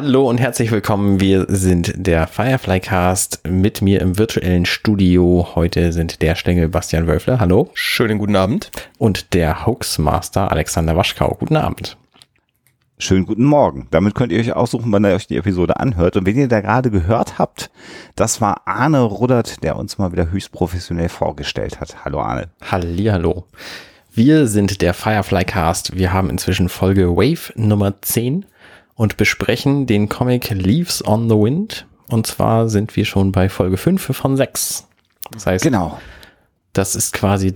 Hallo und herzlich willkommen. Wir sind der Firefly Cast. Mit mir im virtuellen Studio heute sind der Stengel Bastian Wölfle. Hallo. Schönen guten Abend. Und der Hoaxmaster Alexander Waschkau. Guten Abend. Schönen guten Morgen. Damit könnt ihr euch aussuchen, wann ihr euch die Episode anhört. Und wenn ihr da gerade gehört habt, das war Arne Ruddert, der uns mal wieder höchst professionell vorgestellt hat. Hallo Arne. Hallihallo. Wir sind der Firefly Cast. Wir haben inzwischen Folge Wave Nummer 10 und besprechen den Comic Leaves on the Wind. Und zwar sind wir schon bei Folge 5 von 6. Das heißt, genau. Das ist quasi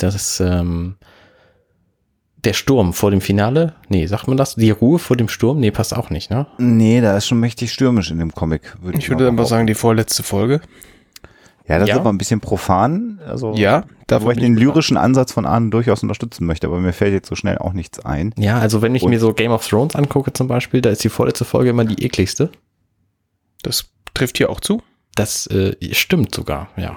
der Sturm vor dem Finale. Nee, sagt man das? Die Ruhe vor dem Sturm? Nee, passt auch nicht, ne? Nee, da ist schon mächtig stürmisch in dem Comic. Ich würde einfach sagen, die vorletzte Folge. Ja, das ist aber ein bisschen profan. Also, ja, da wo ich den lyrischen Ansatz von Arne durchaus unterstützen möchte, aber mir fällt jetzt so schnell auch nichts ein. Ja, also wenn ich mir so Game of Thrones angucke zum Beispiel, da ist die vorletzte Folge immer die ekligste. Das trifft hier auch zu? Das stimmt sogar, ja.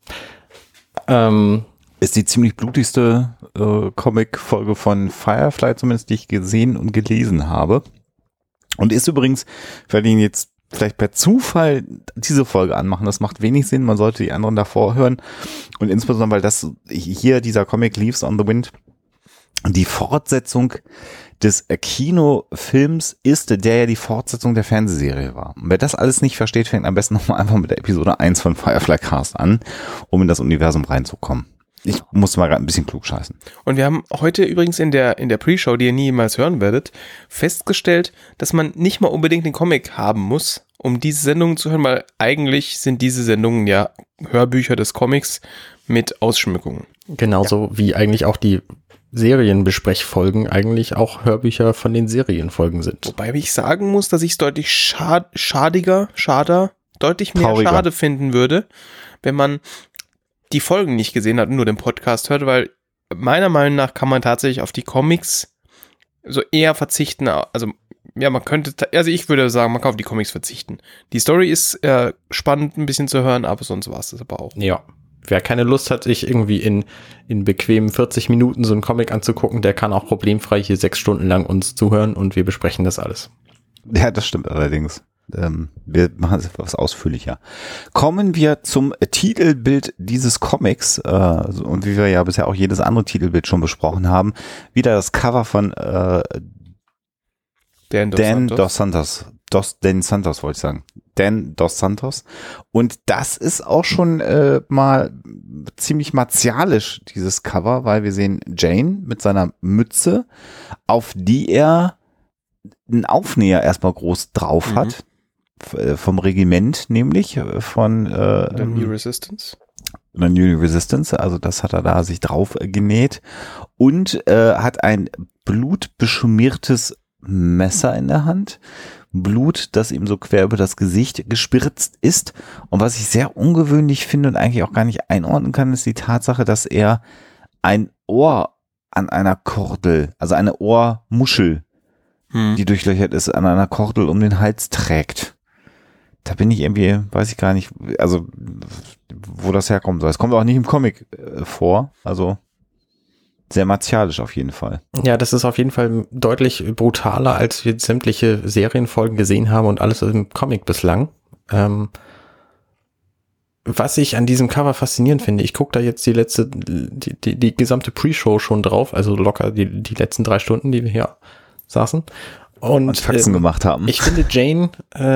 Ist die ziemlich blutigste Comic-Folge von Firefly, zumindest die ich gesehen und gelesen habe. Und ist übrigens, werde ich jetzt vielleicht per Zufall diese Folge anmachen. Das macht wenig Sinn. Man sollte die anderen davor hören. Und insbesondere, weil das hier dieser Comic Leaves on the Wind die Fortsetzung des Kinofilms ist, der ja die Fortsetzung der Fernsehserie war. Und wer das alles nicht versteht, fängt am besten nochmal einfach mit der Episode 1 von Firefly Cast an, um in das Universum reinzukommen. Ich muss mal gerade ein bisschen klug scheißen. Und wir haben heute übrigens in der Pre-Show, die ihr niemals hören werdet, festgestellt, dass man nicht mal unbedingt den Comic haben muss, um diese Sendungen zu hören, weil eigentlich sind diese Sendungen ja Hörbücher des Comics mit Ausschmückungen. Genauso wie eigentlich auch die Serienbesprechfolgen eigentlich auch Hörbücher von den Serienfolgen sind. Wobei ich sagen muss, dass ich es deutlich deutlich mehr trauriger. Schade finden würde, wenn man die Folgen nicht gesehen hat und nur den Podcast hört, weil meiner Meinung nach kann man tatsächlich auf die Comics so eher verzichten. Also ja, ich würde sagen, man kann auf die Comics verzichten. Die Story ist spannend ein bisschen zu hören, aber sonst war es das aber auch. Ja, wer keine Lust hat, sich irgendwie in bequemen 40 Minuten so einen Comic anzugucken, der kann auch problemfrei hier 6 Stunden lang uns zuhören und wir besprechen das alles. Ja, das stimmt allerdings. Wir machen es etwas ausführlicher. Kommen wir zum Titelbild dieses Comics und wie wir ja bisher auch jedes andere Titelbild schon besprochen haben, wieder das Cover von Dan Dos Santos wollte ich sagen. Dan Dos Santos. Und das ist auch schon mal ziemlich martialisch, dieses Cover, weil wir sehen Jane mit seiner Mütze, auf die er einen Aufnäher erstmal groß drauf hat. Vom Regiment nämlich, von der New Resistance. Oder New Resistance, also das hat er da sich drauf genäht und hat ein blutbeschmiertes Messer in der Hand. Blut, das ihm so quer über das Gesicht gespritzt ist. Und was ich sehr ungewöhnlich finde und eigentlich auch gar nicht einordnen kann, ist die Tatsache, dass er ein Ohr an einer Kordel, also eine Ohrmuschel, die durchlöchert ist, an einer Kordel um den Hals trägt. Da bin ich irgendwie, weiß ich gar nicht, also wo das herkommen soll. Es kommt auch nicht im Comic vor, also sehr martialisch auf jeden Fall. Ja, das ist auf jeden Fall deutlich brutaler, als wir sämtliche Serienfolgen gesehen haben und alles im Comic bislang. Was ich an diesem Cover faszinierend finde, ich gucke da jetzt die gesamte Pre-Show schon drauf, also locker die letzten 3 Stunden, die wir hier saßen und Faxen gemacht haben. Ich finde Jane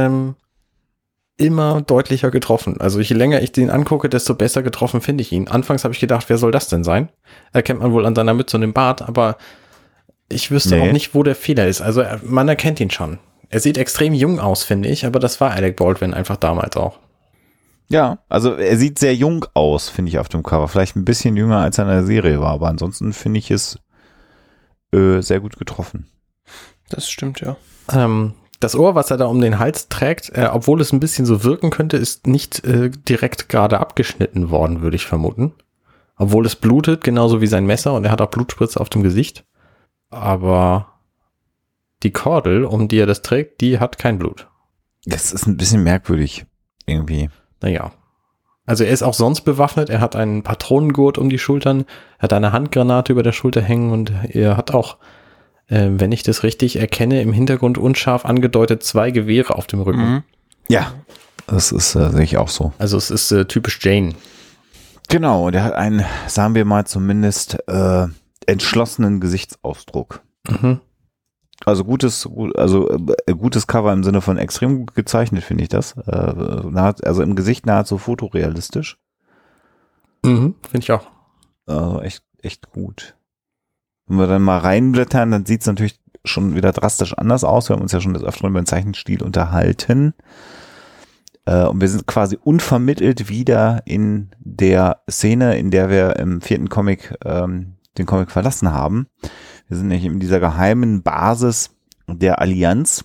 immer deutlicher getroffen. Also je länger ich den angucke, desto besser getroffen finde ich ihn. Anfangs habe ich gedacht, wer soll das denn sein? Erkennt man wohl an seiner Mütze und dem Bart, aber ich wüsste auch nicht, wo der Fehler ist. Also man erkennt ihn schon. Er sieht extrem jung aus, finde ich, aber das war Alec Baldwin einfach damals auch. Ja, also er sieht sehr jung aus, finde ich auf dem Cover. Vielleicht ein bisschen jünger, als er in der Serie war, aber ansonsten finde ich es sehr gut getroffen. Das stimmt, ja. Das Ohr, was er da um den Hals trägt, obwohl es ein bisschen so wirken könnte, ist nicht direkt gerade abgeschnitten worden, würde ich vermuten. Obwohl es blutet, genauso wie sein Messer, und er hat auch Blutspritze auf dem Gesicht. Aber die Kordel, um die er das trägt, die hat kein Blut. Das ist ein bisschen merkwürdig, irgendwie. Naja. Also er ist auch sonst bewaffnet, er hat einen Patronengurt um die Schultern, er hat eine Handgranate über der Schulter hängen und er hat auch wenn ich das richtig erkenne, im Hintergrund unscharf angedeutet 2 Gewehre auf dem Rücken. Mhm. Ja, das ist, sehe ich auch so. Also es ist typisch Jane. Genau, der hat einen, sagen wir mal zumindest, entschlossenen Gesichtsausdruck. Mhm. Also gutes Cover im Sinne von extrem gut gezeichnet, finde ich das. Also im Gesicht nahezu fotorealistisch. Mhm, finde ich auch. Also echt gut. Wenn wir dann mal reinblättern, dann sieht es natürlich schon wieder drastisch anders aus. Wir haben uns ja schon des Öfteren über den Zeichenstil unterhalten. Und wir sind quasi unvermittelt wieder in der Szene, in der wir im 4. Comic den Comic verlassen haben. Wir sind nämlich in dieser geheimen Basis der Allianz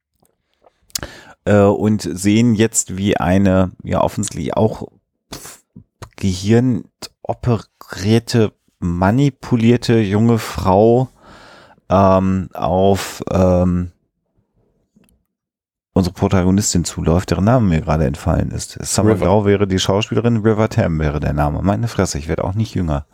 und sehen jetzt, wie eine ja offensichtlich auch gehirnoperierte, manipulierte junge Frau auf unsere Protagonistin zuläuft, deren Name mir gerade entfallen ist. Summer Glau wäre die Schauspielerin, River Tam wäre der Name. Meine Fresse, ich werde auch nicht jünger.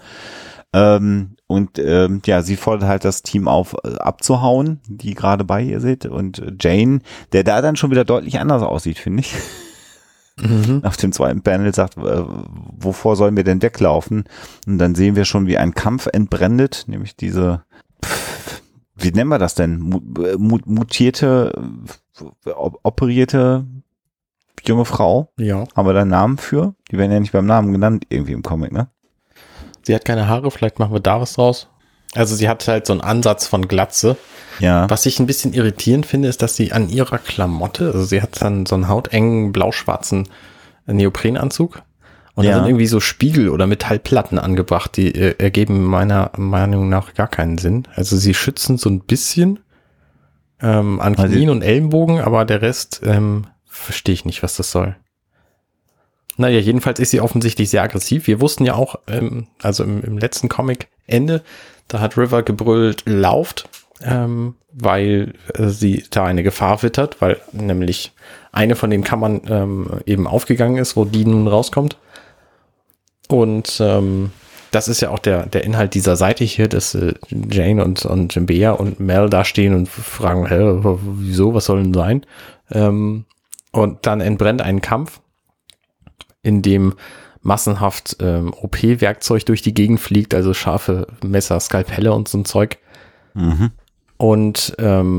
Sie fordert halt das Team auf, abzuhauen, die gerade bei ihr sind. Und Jane, der da dann schon wieder deutlich anders aussieht, finde ich. Mhm. Auf dem zweiten Panel sagt, wovor sollen wir denn weglaufen? Und dann sehen wir schon, wie ein Kampf entbrennt, nämlich diese, wie nennen wir das denn? Mutierte, operierte junge Frau? Ja. Haben wir da einen Namen für? Die werden ja nicht beim Namen genannt, irgendwie im Comic, ne? Sie hat keine Haare, vielleicht machen wir da was draus. Also sie hat halt so einen Ansatz von Glatze. Ja. Was ich ein bisschen irritierend finde, ist, dass sie an ihrer Klamotte, also sie hat dann so einen hautengen, blau-schwarzen Neoprenanzug und da sind irgendwie so Spiegel oder Metallplatten angebracht, die ergeben meiner Meinung nach gar keinen Sinn. Also sie schützen so ein bisschen an Knien und Ellenbogen, aber der Rest verstehe ich nicht, was das soll. Naja, jedenfalls ist sie offensichtlich sehr aggressiv. Wir wussten ja auch, also im letzten Comic-Ende, da hat River gebrüllt, lauft, weil sie da eine Gefahr wittert, weil nämlich eine von den Kammern eben aufgegangen ist, wo die nun rauskommt. Und das ist ja auch der Inhalt dieser Seite hier, dass Jane und Bea und Mel da stehen und fragen, wieso, was soll denn sein? Und dann entbrennt ein Kampf, in dem massenhaft OP-Werkzeug durch die Gegend fliegt, also scharfe Messer, Skalpelle und so ein Zeug. Mhm. Und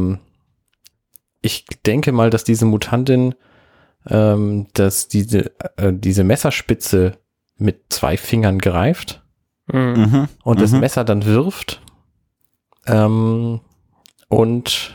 ich denke mal, dass diese Mutantin, dass diese Messerspitze mit 2 Fingern greift Mhm. und das Messer dann wirft und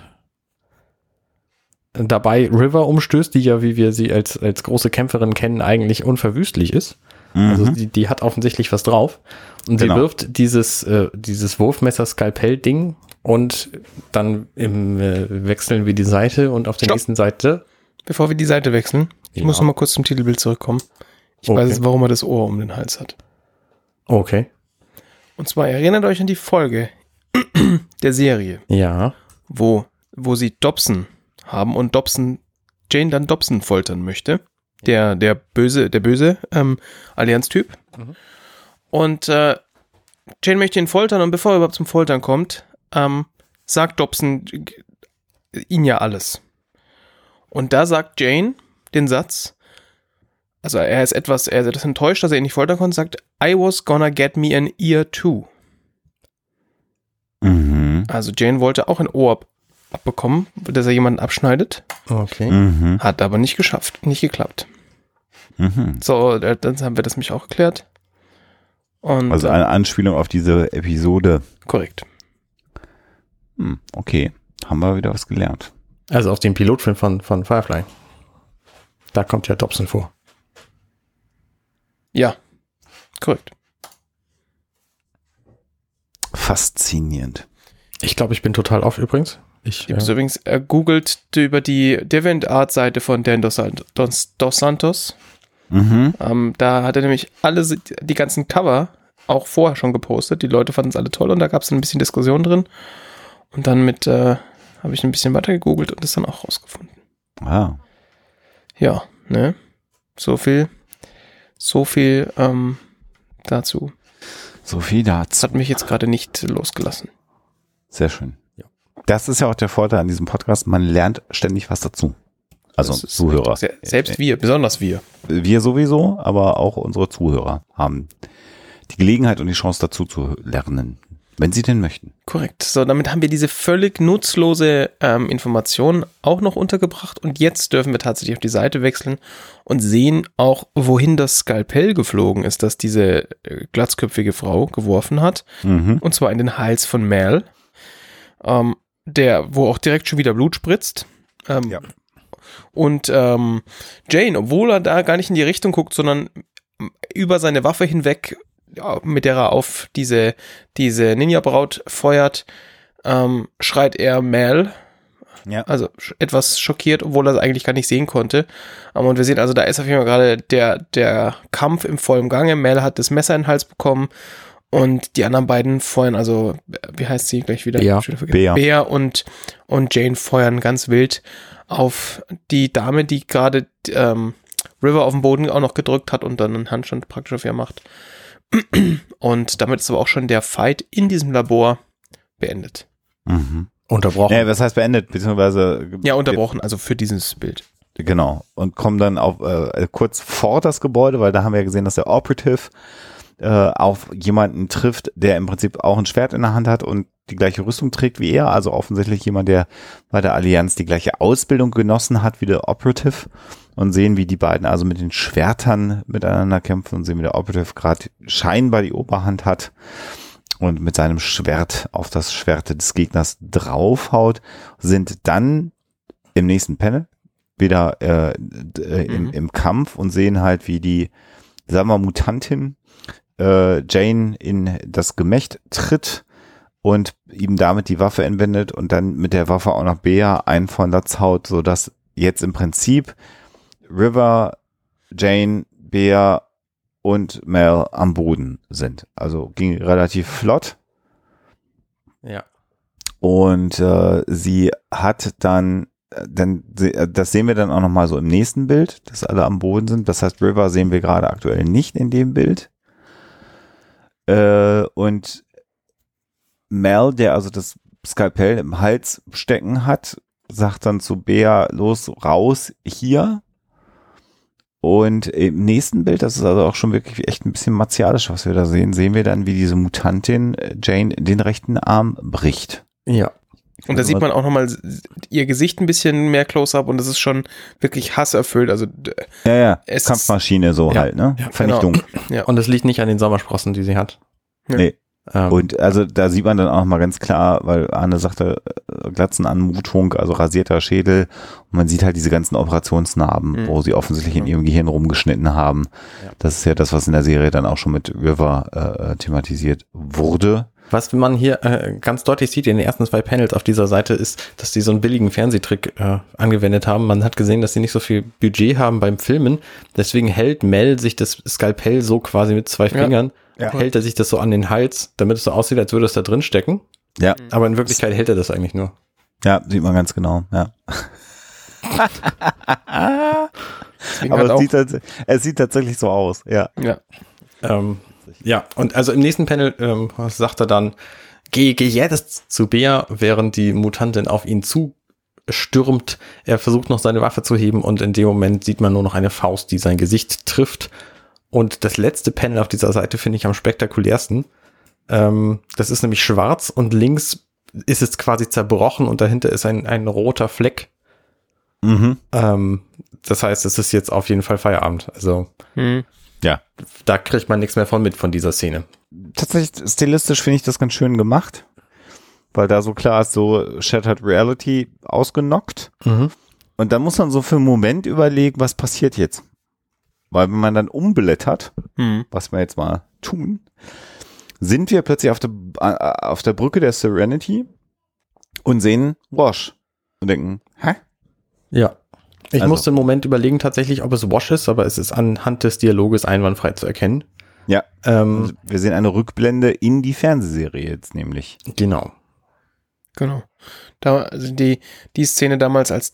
dabei River umstößt, die ja, wie wir sie als große Kämpferin kennen, eigentlich unverwüstlich ist. Also die hat offensichtlich was drauf. Und sie wirft dieses Wurfmesser-Skalpell-Ding und dann wechseln wir die Seite und auf der nächsten Seite. Bevor wir die Seite wechseln, ich muss noch mal kurz zum Titelbild zurückkommen. Ich weiß jetzt, warum er das Ohr um den Hals hat. Okay. Und zwar erinnert euch an die Folge der Serie. Ja. Wo sie Dobson haben und Jane dann Dobson foltern möchte. Der böse Allianz-Typ. Mhm. Und Jane möchte ihn foltern und bevor er überhaupt zum Foltern kommt, sagt Dobson ihn ja alles. Und da sagt Jane den Satz, also er ist etwas enttäuscht, dass er ihn nicht foltern konnte, sagt, I was gonna get me an ear too. Mhm. Also Jane wollte auch ein Ohr abbekommen, dass er jemanden abschneidet. Okay. Mhm. Hat aber nicht geklappt. Mhm. So, dann haben wir das mich auch geklärt. Und, also eine Anspielung auf diese Episode. Korrekt. Okay, haben wir wieder was gelernt. Also auf dem Pilotfilm von Firefly. Da kommt ja Dobson vor. Ja, korrekt. Faszinierend. Ich glaube, ich bin total off übrigens. Ich habe es übrigens googelt über die DeviantArt-Seite von Dan Dos Santos. Mhm. Da hat er nämlich die ganzen Cover auch vorher schon gepostet. Die Leute fanden es alle toll und da gab es ein bisschen Diskussion drin. Und dann habe ich ein bisschen weiter gegoogelt und das dann auch rausgefunden. Ah. Ja, ne? So viel dazu. So viel dazu. Das hat mich jetzt gerade nicht losgelassen. Sehr schön. Ja. Das ist ja auch der Vorteil an diesem Podcast. Man lernt ständig was dazu. Also Zuhörer. Selbst wir, besonders wir. Wir sowieso, aber auch unsere Zuhörer haben die Gelegenheit und die Chance dazu zu lernen, wenn sie denn möchten. Korrekt. So, damit haben wir diese völlig nutzlose Information auch noch untergebracht und jetzt dürfen wir tatsächlich auf die Seite wechseln und sehen auch, wohin das Skalpell geflogen ist, das diese glatzköpfige Frau geworfen hat. Und zwar in den Hals von Mel, wo auch direkt schon wieder Blut spritzt. Ja. Und Jane, obwohl er da gar nicht in die Richtung guckt, sondern über seine Waffe hinweg, ja, mit der er auf diese Ninja-Braut feuert, schreit er Mel. Ja. Also etwas schockiert, obwohl er es eigentlich gar nicht sehen konnte. Und wir sehen also, da ist auf jeden Fall gerade der Kampf im vollen Gange. Mel hat das Messer in den Hals bekommen und die anderen beiden feuern, also wie heißt sie gleich wieder? Bea und Jane feuern ganz wild auf die Dame, die gerade River auf den Boden auch noch gedrückt hat und dann einen Handstand praktisch auf ihr macht. Und damit ist aber auch schon der Fight in diesem Labor beendet. Unterbrochen. Ja, was heißt beendet, beziehungsweise... Ja, unterbrochen, also für dieses Bild. Genau. Und kommen dann auf kurz vor das Gebäude, weil da haben wir ja gesehen, dass der Operative auf jemanden trifft, der im Prinzip auch ein Schwert in der Hand hat und die gleiche Rüstung trägt wie er, also offensichtlich jemand, der bei der Allianz die gleiche Ausbildung genossen hat wie der Operative, und sehen, wie die beiden also mit den Schwertern miteinander kämpfen und sehen, wie der Operative gerade scheinbar die Oberhand hat und mit seinem Schwert auf das Schwert des Gegners draufhaut, sind dann im nächsten Panel wieder im Kampf und sehen halt, wie die, sagen wir, Mutantin Jane in das Gemächt tritt und ihm damit die Waffe entwendet und dann mit der Waffe auch noch Bea einen von Latz haut, sodass jetzt im Prinzip River, Jane, Bea und Mel am Boden sind. Also ging relativ flott. Ja. Und sie hat dann, das sehen wir dann auch nochmal so im nächsten Bild, dass alle am Boden sind. Das heißt, River sehen wir gerade aktuell nicht in dem Bild. Und Mel, der also das Skalpell im Hals stecken hat, sagt dann zu Bea, los, raus, hier. Und im nächsten Bild, das ist also auch schon wirklich echt ein bisschen martialisch, was wir da sehen, sehen wir dann, wie diese Mutantin Jane den rechten Arm bricht. Ja. Und da sieht man auch nochmal ihr Gesicht ein bisschen mehr Close-up und das ist schon wirklich hasserfüllt. Also ja, Kampfmaschine so halt, ne? Ja, Vernichtung. Genau. Ja. Und es liegt nicht an den Sommersprossen, die sie hat. Nee. Und also da sieht man dann auch mal ganz klar, weil Arne sagte, Glatzenanmutung, also rasierter Schädel, und man sieht halt diese ganzen Operationsnarben, wo sie offensichtlich in ihrem Gehirn rumgeschnitten haben. Ja. Das ist ja das, was in der Serie dann auch schon mit River thematisiert wurde. Was man hier ganz deutlich sieht in den ersten 2 Panels auf dieser Seite ist, dass die so einen billigen Fernsehtrick angewendet haben. Man hat gesehen, dass sie nicht so viel Budget haben beim Filmen. Deswegen hält Mel sich das Skalpell so quasi mit 2 Fingern. Ja. Hält er sich das so an den Hals, damit es so aussieht, als würde es da drin stecken. Ja. Aber in Wirklichkeit hält er das eigentlich nur. Ja, sieht man ganz genau, ja. Aber es sieht tatsächlich so aus, ja. Ja. Ja, und also im nächsten Panel sagt er dann, geh jetzt zu Bea, während die Mutantin auf ihn zustürmt. Er versucht noch seine Waffe zu heben und in dem Moment sieht man nur noch eine Faust, die sein Gesicht trifft. Und das letzte Panel auf dieser Seite finde ich am spektakulärsten. Das ist nämlich schwarz und links ist es quasi zerbrochen und dahinter ist ein roter Fleck. Das heißt, es ist jetzt auf jeden Fall Feierabend. Also ja, da kriegt man nichts mehr von dieser Szene. Tatsächlich stilistisch finde ich das ganz schön gemacht, weil da so klar ist, so Shattered Reality ausgenockt. Und dann muss man so für einen Moment überlegen, was passiert jetzt. Weil wenn man dann umblättert, was wir jetzt mal tun, sind wir plötzlich auf der Brücke der Serenity und sehen Wash und denken, hä? Ja. Ich musste einen Moment überlegen tatsächlich, ob es Wash ist, aber es ist anhand des Dialoges einwandfrei zu erkennen. Ja, wir sehen eine Rückblende in die Fernsehserie jetzt nämlich. Genau. Da, also die Szene damals, als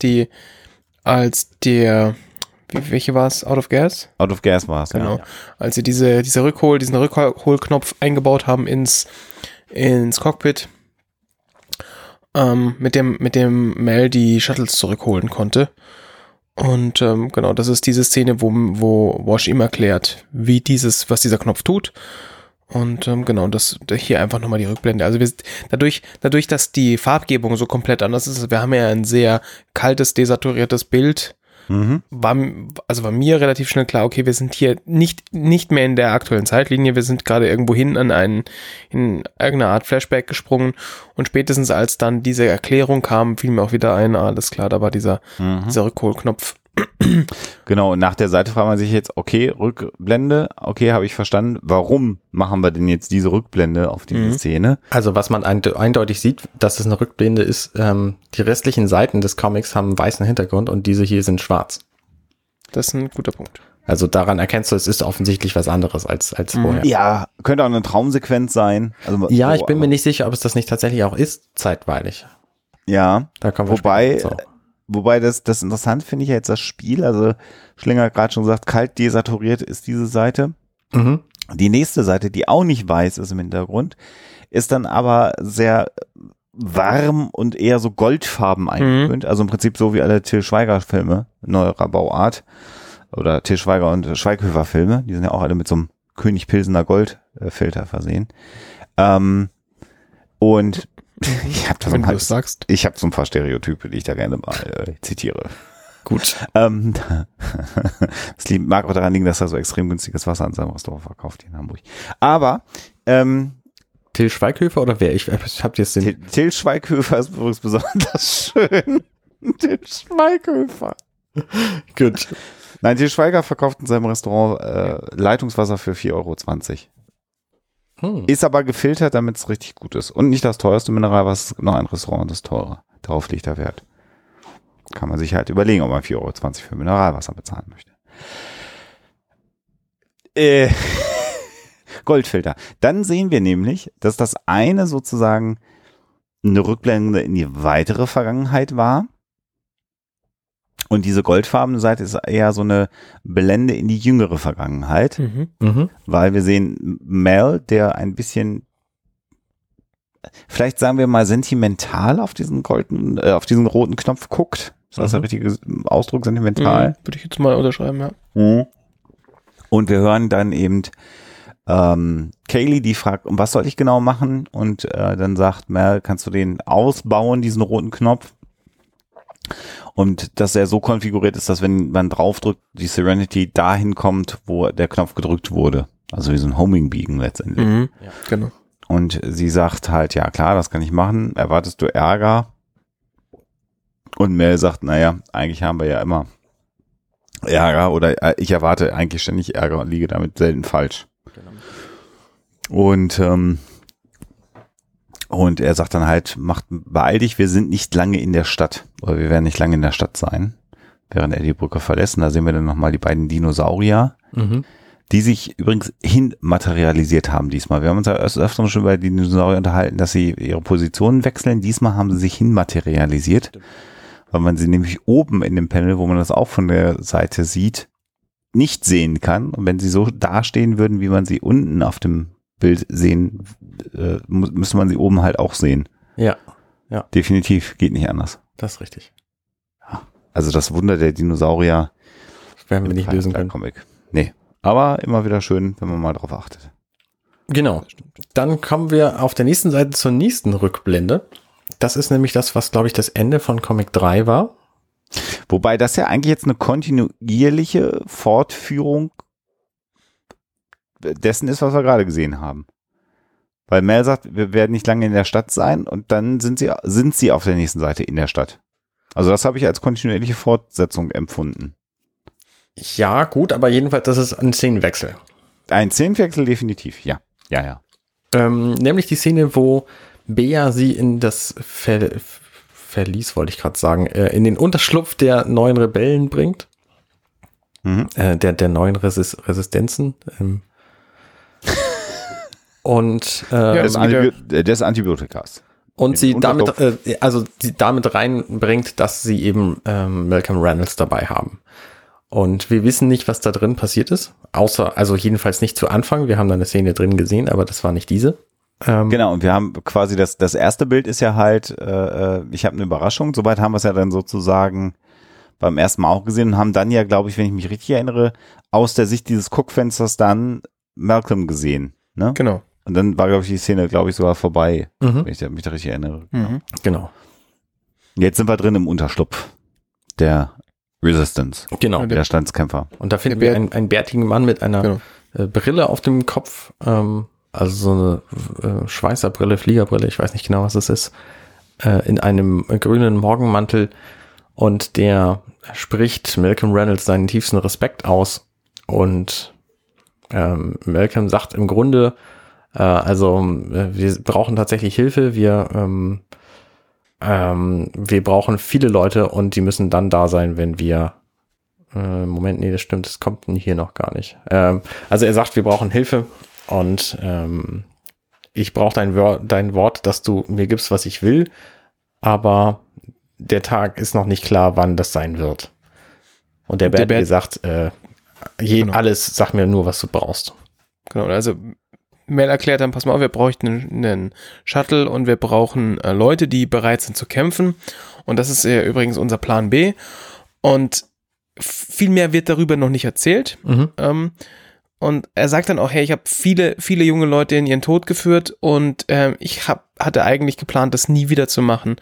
der welche war es? Out of Gas? Out of Gas war es, genau. Ja. Als sie diesen Rückholknopf eingebaut haben ins Cockpit mit dem Mel die Shuttles zurückholen konnte. Und genau, das ist diese Szene, wo Wash ihm erklärt, was dieser Knopf tut. Und genau, das hier einfach nochmal die Rückblende. Also dadurch, dass die Farbgebung so komplett anders ist, wir haben ja ein sehr kaltes, desaturiertes Bild, war mir relativ schnell klar, okay, wir sind hier nicht mehr in der aktuellen Zeitlinie, wir sind gerade irgendwo hin in irgendeine Art Flashback gesprungen und spätestens als dann diese Erklärung kam, fiel mir auch wieder ein, alles klar, da war dieser Rückholknopf. Genau, und nach der Seite fragt man sich jetzt, okay, Rückblende, okay, habe ich verstanden, warum machen wir denn jetzt diese Rückblende auf diese Szene? Also was man eindeutig sieht, dass es eine Rückblende ist, die restlichen Seiten des Comics haben einen weißen Hintergrund und diese hier sind schwarz. Das ist ein guter Punkt. Also daran erkennst du, es ist offensichtlich was anderes als vorher. Ja, könnte auch eine Traumsequenz sein. Also, ja, so, ich bin mir nicht sicher, ob es das nicht tatsächlich auch ist, zeitweilig. Ja, da kommen wir wobei das interessant finde ich ja jetzt das Spiel, also Schlinger hat gerade schon gesagt, kalt desaturiert ist diese Seite. Die nächste Seite, die auch nicht weiß ist im Hintergrund, ist dann aber sehr warm und eher so goldfarben eingetönt, also im Prinzip so wie alle Til Schweiger Filme, neuerer Bauart, oder Til Schweiger und Schweighöfer Filme, die sind ja auch alle mit so einem König Pilsener Goldfilter versehen. Und ich habe so ein paar Stereotype, die ich da gerne mal zitiere. Gut. Das mag auch daran liegen, dass er so extrem günstiges Wasser in seinem Restaurant verkauft hier in Hamburg. Aber Til Schweighöfer oder wer? Ich hab jetzt den. Til Schweighöfer ist übrigens besonders schön. Til Schweighöfer. Gut. Nein, Til Schweiger verkauft in seinem Restaurant Leitungswasser für 4,20 Euro. Ist aber gefiltert, damit es richtig gut ist. Und nicht das teuerste Mineralwasser, noch ein Restaurant, das teure. Darauf liegt der Wert. Kann man sich halt überlegen, ob man 4,20 Euro für Mineralwasser bezahlen möchte. Goldfilter. Dann sehen wir nämlich, dass das eine sozusagen eine Rückblende in die weitere Vergangenheit war. Und diese goldfarbene Seite ist eher so eine Blende in die jüngere Vergangenheit, weil wir sehen Mel, der ein bisschen, vielleicht sagen wir mal sentimental auf diesen roten Knopf guckt. Ist das der richtige Ausdruck, sentimental? Würde ich jetzt mal unterschreiben, ja. Und wir hören dann eben Kaylee, die fragt, was soll ich genau machen? Und dann sagt Mel, kannst du den ausbauen, diesen roten Knopf? Und dass er so konfiguriert ist, dass wenn man draufdrückt, die Serenity dahin kommt, wo der Knopf gedrückt wurde. Also wie so ein Homing-Beacon letztendlich. Ja, genau. Und sie sagt halt, ja klar, das kann ich machen. Erwartest du Ärger? Und Mel sagt, naja, eigentlich haben wir ja immer Ärger oder ich erwarte eigentlich ständig Ärger und liege damit selten falsch. Genau. Und er sagt dann halt, beeil dich, wir sind nicht lange in der Stadt. Oder wir werden nicht lange in der Stadt sein, während er die Brücke verlässt. Und da sehen wir dann nochmal die beiden Dinosaurier, die sich übrigens hinmaterialisiert haben diesmal. Wir haben uns ja öfter schon über die Dinosaurier unterhalten, dass sie ihre Positionen wechseln. Diesmal haben sie sich hinmaterialisiert, weil man sie nämlich oben in dem Panel, wo man das auch von der Seite sieht, nicht sehen kann. Und wenn sie so dastehen würden, wie man sie unten auf dem Bild sehen, müsste man sie oben halt auch sehen. Ja. Definitiv, geht nicht anders. Das ist richtig. Ja. Also das Wunder der Dinosaurier werden wir nicht lösen können. Comic. Nee, aber immer wieder schön, wenn man mal drauf achtet. Genau. Dann kommen wir auf der nächsten Seite zur nächsten Rückblende. Das ist nämlich das, was, glaube ich, das Ende von Comic 3 war. Wobei das ja eigentlich jetzt eine kontinuierliche Fortführung dessen ist, was wir gerade gesehen haben. Weil Mel sagt, wir werden nicht lange in der Stadt sein und dann sind sie auf der nächsten Seite in der Stadt. Also das habe ich als kontinuierliche Fortsetzung empfunden. Ja, gut, aber jedenfalls, das ist ein Szenenwechsel. Ein Szenenwechsel definitiv, ja. Nämlich die Szene, wo Bea sie in das Verlies, wollte ich gerade sagen, in den Unterschlupf der neuen Rebellen bringt. Der neuen Resistenzen. Und des Antibiotikas. Und sie damit reinbringt, dass sie eben Malcolm Reynolds dabei haben. Und wir wissen nicht, was da drin passiert ist. Also jedenfalls nicht zu Anfang. Wir haben da eine Szene drin gesehen, aber das war nicht diese. Genau, und wir haben quasi das erste Bild ist ja halt, ich habe eine Überraschung, soweit haben wir es ja dann sozusagen beim ersten Mal auch gesehen und haben dann ja, glaube ich, wenn ich mich richtig erinnere, aus der Sicht dieses Guckfensters dann Malcolm gesehen. Ne? Genau. Und dann war, glaube ich, die Szene, glaube ich, sogar vorbei, wenn ich mich da richtig erinnere. Mhm. Genau. Jetzt sind wir drin im Unterschlupf der Resistance, Genau. der Standskämpfer. Und da finden wir einen bärtigen Mann mit einer Brille auf dem Kopf, also so eine Schweißerbrille, Fliegerbrille, ich weiß nicht genau, was es ist, in einem grünen Morgenmantel, und der spricht Malcolm Reynolds seinen tiefsten Respekt aus, und Malcolm sagt im Grunde, wir brauchen tatsächlich Hilfe, wir brauchen viele Leute und die müssen dann da sein, wenn wir Moment, nee, das stimmt, das kommt hier noch gar nicht. Also er sagt, wir brauchen Hilfe und ich brauche dein Wort, dass du mir gibst, was ich will, aber der Tag ist noch nicht klar, wann das sein wird. Und der Bärtige sagt, Genau. alles, sag mir nur, was du brauchst. Genau, also Mel erklärt dann, pass mal auf, wir bräuchten einen Shuttle und wir brauchen Leute, die bereit sind zu kämpfen. Und das ist übrigens unser Plan B. Und viel mehr wird darüber noch nicht erzählt. Und er sagt dann auch, hey, ich habe viele, viele junge Leute in ihren Tod geführt und ich hatte eigentlich geplant, das nie wieder zu machen.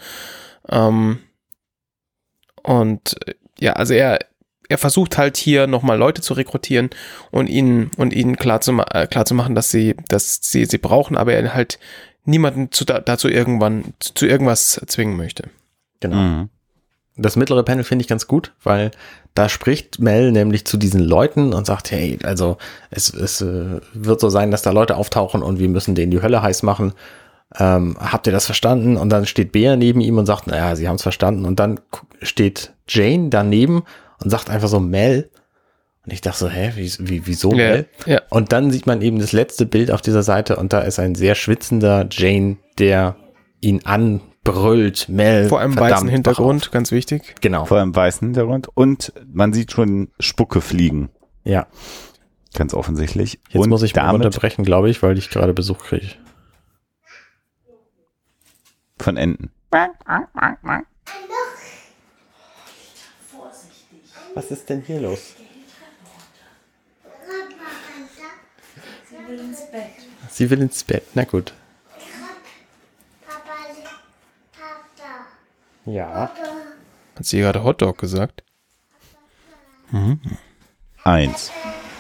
Also er versucht halt hier nochmal Leute zu rekrutieren und ihnen klar zu machen, dass sie brauchen, aber er halt niemanden dazu irgendwann zu irgendwas zwingen möchte. Genau. Mhm. Das mittlere Panel finde ich ganz gut, weil da spricht Mel nämlich zu diesen Leuten und sagt, hey, also es wird so sein, dass da Leute auftauchen und wir müssen denen die Hölle heiß machen. Habt ihr das verstanden? Und dann steht Bea neben ihm und sagt, naja, sie haben es verstanden. Und dann steht Jane daneben und sagt einfach so, Mel. Und ich dachte so, wieso Mel? Ja. Und dann sieht man eben das letzte Bild auf dieser Seite und da ist ein sehr schwitzender Jane, der ihn anbrüllt, Mel. Vor einem verdammt, weißen Hintergrund, ganz wichtig. Genau. Vor einem weißen Hintergrund und man sieht schon Spucke fliegen, Ja. ganz offensichtlich. Jetzt und muss ich mal damit unterbrechen, glaube ich, weil ich gerade Besuch kriege. von Enten. Was ist denn hier los? Sie will ins Bett. Na gut. Ja. Hat sie gerade Hotdog gesagt? 1.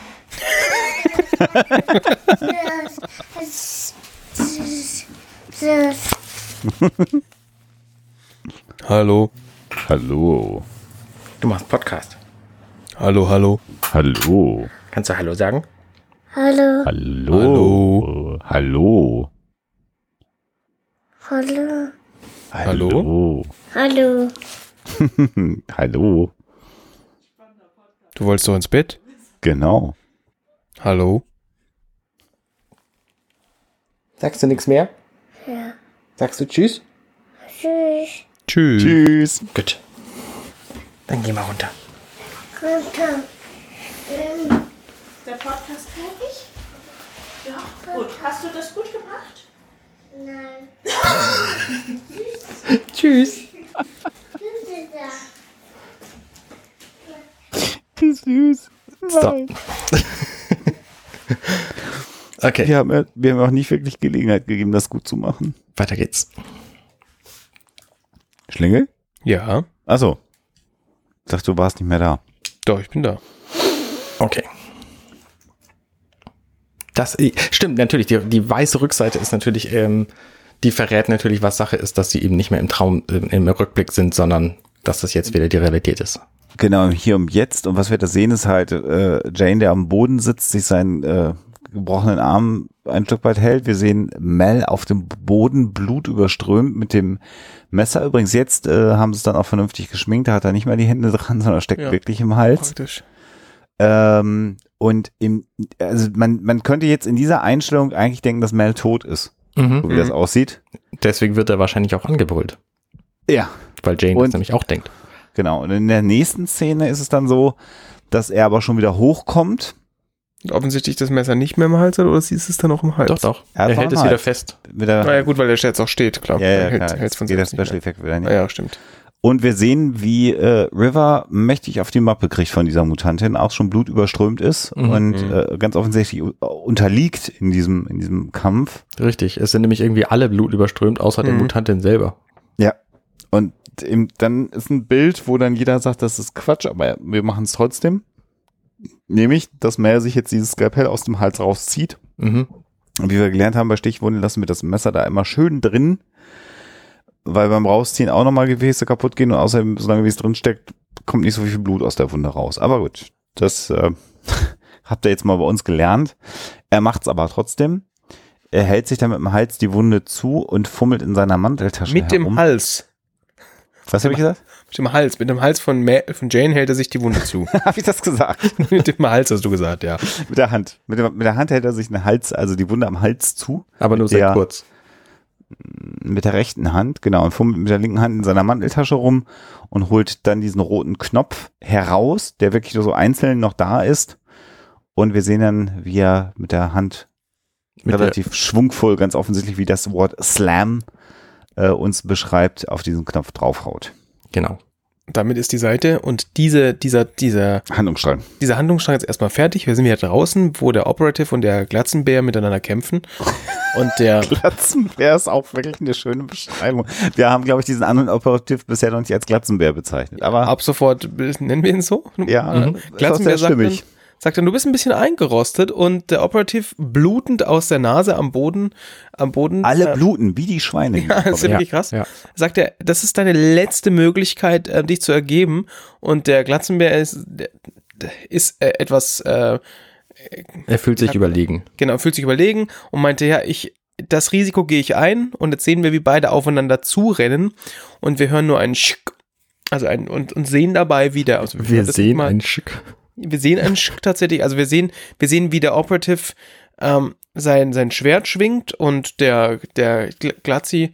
Hallo. Hallo. Du machst Podcast. Hallo. Hallo. Kannst du Hallo sagen? Hallo. Hallo. Hallo. Hallo. Hallo? Hallo. Hallo. Du wolltest doch ins Bett? Genau. Hallo? Sagst du nichts mehr? Ja. Sagst du Tschüss? Tschüss. Tschüss. Tschüss. Gut. Dann geh mal runter. Runter. Der Podcast fertig? Ja, gut. Hast du das gut gemacht? Nein. Tschüss. Wie süß. So. Okay, Wir haben auch nicht wirklich Gelegenheit gegeben, das gut zu machen. weiter geht's. Schlingel? Ja, Achso. Ich dachte, du warst nicht mehr da. doch, ich bin da. Okay. Das stimmt natürlich. Die weiße Rückseite ist natürlich, die verrät natürlich, was Sache ist, dass sie eben nicht mehr im Rückblick sind, sondern dass das jetzt wieder die Realität ist. Genau, Hier und Jetzt. Und was wir da sehen, ist halt Jane, der am Boden sitzt, sich seinen gebrochenen Arm ein Stück weit hält. Wir sehen Mel auf dem Boden, Blut überströmt mit dem Messer. Übrigens jetzt haben sie es dann auch vernünftig geschminkt. Da hat er nicht mehr die Hände dran, sondern steckt wirklich im Hals. Praktisch. Und man könnte jetzt in dieser Einstellung eigentlich denken, dass Mel tot ist, so wie das aussieht. Deswegen wird er wahrscheinlich auch angebrüllt, Ja, weil Jane das nämlich auch denkt. genau. Und in der nächsten Szene ist es dann so, dass er aber schon wieder hochkommt offensichtlich das Messer nicht mehr im Hals hat, oder siehst du es dann auch im Hals? Doch. Er Er war hält im es wieder Hals. fest. Naja, gut, weil der jetzt auch steht, klar. Ja, Er klar. hält's von Geht der selbst nicht Special mehr. Effekt wieder nicht. Ja, stimmt. Und wir sehen, wie River mächtig auf die Mappe kriegt von dieser Mutantin, auch schon blutüberströmt ist und ganz offensichtlich unterliegt in diesem Kampf. Richtig. Es sind nämlich irgendwie alle blutüberströmt, außer der Mutantin selber. Ja. Und dann ist ein Bild, wo dann jeder sagt, das ist Quatsch, aber wir machen es trotzdem. Nämlich, dass Mel sich jetzt dieses Skalpell aus dem Hals rauszieht. Mhm. Und wie wir gelernt haben bei Stichwunden, lassen wir das Messer da immer schön drin, weil beim Rausziehen auch nochmal Gefäße kaputt gehen und außerdem, solange wie es drin steckt, kommt nicht so viel Blut aus der Wunde raus. Aber gut, das habt ihr jetzt mal bei uns gelernt. Er macht's aber trotzdem. Er hält sich dann mit dem Hals die Wunde zu und fummelt in seiner Manteltasche Mit herum. dem Hals. Was habe ich gesagt? Mit dem Hals von Jane hält er sich die Wunde zu. Habe ich das gesagt? Mit dem Hals hast du gesagt, ja. Mit der Hand. Mit der Hand hält er sich den Hals, also die Wunde am Hals zu. Aber nur sehr kurz. Mit der rechten Hand, genau, und fummelt mit der linken Hand in seiner Manteltasche rum und holt dann diesen roten Knopf heraus, der wirklich nur so einzeln noch da ist. Und wir sehen dann, wie er mit der Hand relativ schwungvoll, ganz offensichtlich, wie das Wort Slam uns beschreibt, auf diesen Knopf draufhaut. Genau. Damit ist die Seite und dieser Handlungsstrang. Dieser Handlungsstrang ist erstmal fertig. Wir sind wieder draußen, wo der Operative und der Glatzenbär miteinander kämpfen. Und der Glatzenbär ist auch wirklich eine schöne Beschreibung. Wir haben, glaube ich, diesen anderen Operative bisher noch nicht als Glatzenbär bezeichnet. Aber ab sofort nennen wir ihn so. ja, Glatzenbär ist auch sehr stimmig. sagt dann, du bist ein bisschen eingerostet, und der Operative blutend aus der Nase am Boden. Alle bluten, wie die Schweine. Ja, das ist wirklich krass. Ja. Sagt er, das ist deine letzte Möglichkeit, dich zu ergeben. Und der Glatzenbär ist etwas, Er fühlt sich überlegen. genau, fühlt sich überlegen und meinte, ja, das Risiko gehe ich ein, und jetzt sehen wir, wie beide aufeinander zurennen, und wir hören nur einen Schick, und sehen dabei wieder, also Wir sehen ein Schick. Wir sehen einen Schick tatsächlich, also wir sehen, wie der Operative sein Schwert schwingt, und der Glatzi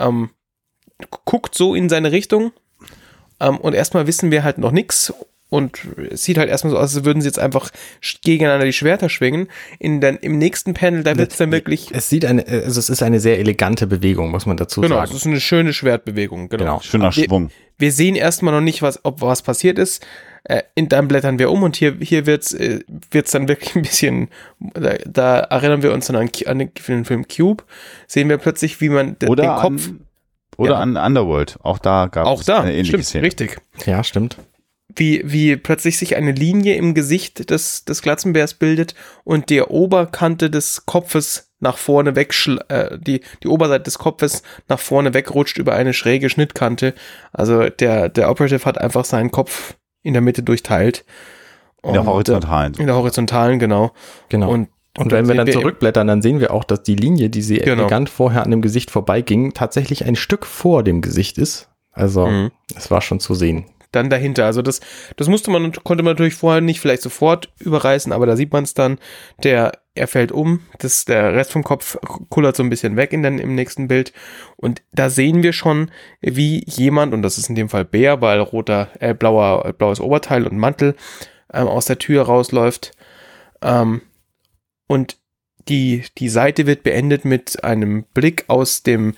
guckt so in seine Richtung, und erstmal wissen wir halt noch nichts, und es sieht halt erstmal so aus, als würden sie jetzt einfach gegeneinander die Schwerter schwingen. Im nächsten Panel, da wird es dann wirklich... Es ist eine sehr elegante Bewegung, muss man dazu Genau, sagen. es ist eine schöne Schwertbewegung. Genau. Schöner Schwung. Wir sehen erstmal noch nicht, ob was passiert ist. Dann blättern wir um, und hier wird's dann wirklich ein bisschen, da erinnern wir uns dann an den Film Cube, sehen wir plötzlich, wie man den Kopf... An Underworld. Auch da gab es eine ähnliche stimmt, Szene. richtig. Ja, stimmt. Wie plötzlich sich eine Linie im Gesicht des Glatzenbärs bildet und die Oberkante des Kopfes nach vorne die Oberseite des Kopfes nach vorne wegrutscht über eine schräge Schnittkante. Also der Operative hat einfach seinen Kopf in der Mitte durchteilt. In der horizontalen. In der horizontalen, genau. Genau. Und wenn wir dann zurückblättern, dann sehen wir auch, dass die Linie, die sie elegant vorher an dem Gesicht vorbeiging, tatsächlich ein Stück vor dem Gesicht ist. Also, es war schon zu sehen. Dann dahinter, also das konnte man natürlich vorher nicht vielleicht sofort überreißen, aber da sieht man es dann, er fällt um, der Rest vom Kopf kullert so ein bisschen weg im nächsten Bild, und da sehen wir schon, wie jemand, und das ist in dem Fall Bär, weil blaues Oberteil und Mantel aus der Tür rausläuft, und die Seite wird beendet mit einem Blick aus der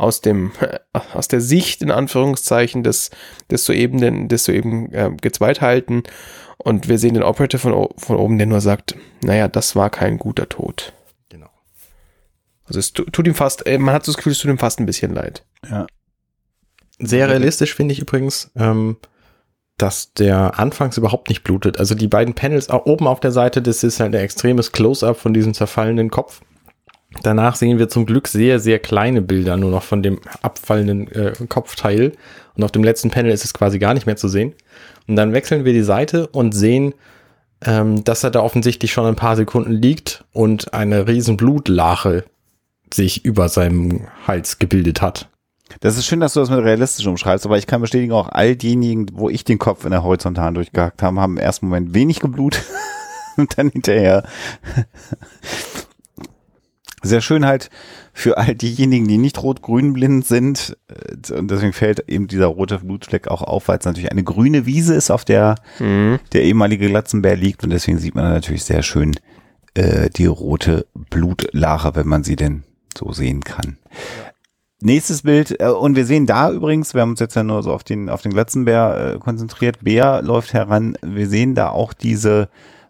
Sicht, in Anführungszeichen, des soeben gezweiteilten, und wir sehen den Operative von oben, der nur sagt, naja, das war kein guter Tod. Genau. Also es tut ihm fast, man hat so das Gefühl, es tut ihm fast ein bisschen leid. Ja. Sehr realistisch finde ich übrigens, dass der anfangs überhaupt nicht blutet. Also die beiden Panels auch oben auf der Seite, das ist halt ein extremes Close-up von diesem zerfallenen Kopf. Danach sehen wir zum Glück sehr, sehr kleine Bilder nur noch von dem abfallenden Kopfteil. Und auf dem letzten Panel ist es quasi gar nicht mehr zu sehen. Und dann wechseln wir die Seite und sehen, dass er da offensichtlich schon ein paar Sekunden liegt und eine riesen Blutlache sich über seinem Hals gebildet hat. Das ist schön, dass du das mit realistisch umschreibst, aber ich kann bestätigen, auch all diejenigen, wo ich den Kopf in der Horizontalen durchgehackt habe, haben im ersten Moment wenig geblutet und dann hinterher. Sehr schön halt für all diejenigen, die nicht rot-grün blind sind, und deswegen fällt eben dieser rote Blutfleck auch auf, weil es natürlich eine grüne Wiese ist, auf der der ehemalige Glatzenbär liegt, und deswegen sieht man natürlich sehr schön die rote Blutlache, wenn man sie denn so sehen kann. Ja. Nächstes Bild, und wir sehen da übrigens, wir haben uns jetzt ja nur so auf den Glatzenbär konzentriert, Bär läuft heran, wir sehen da auch diese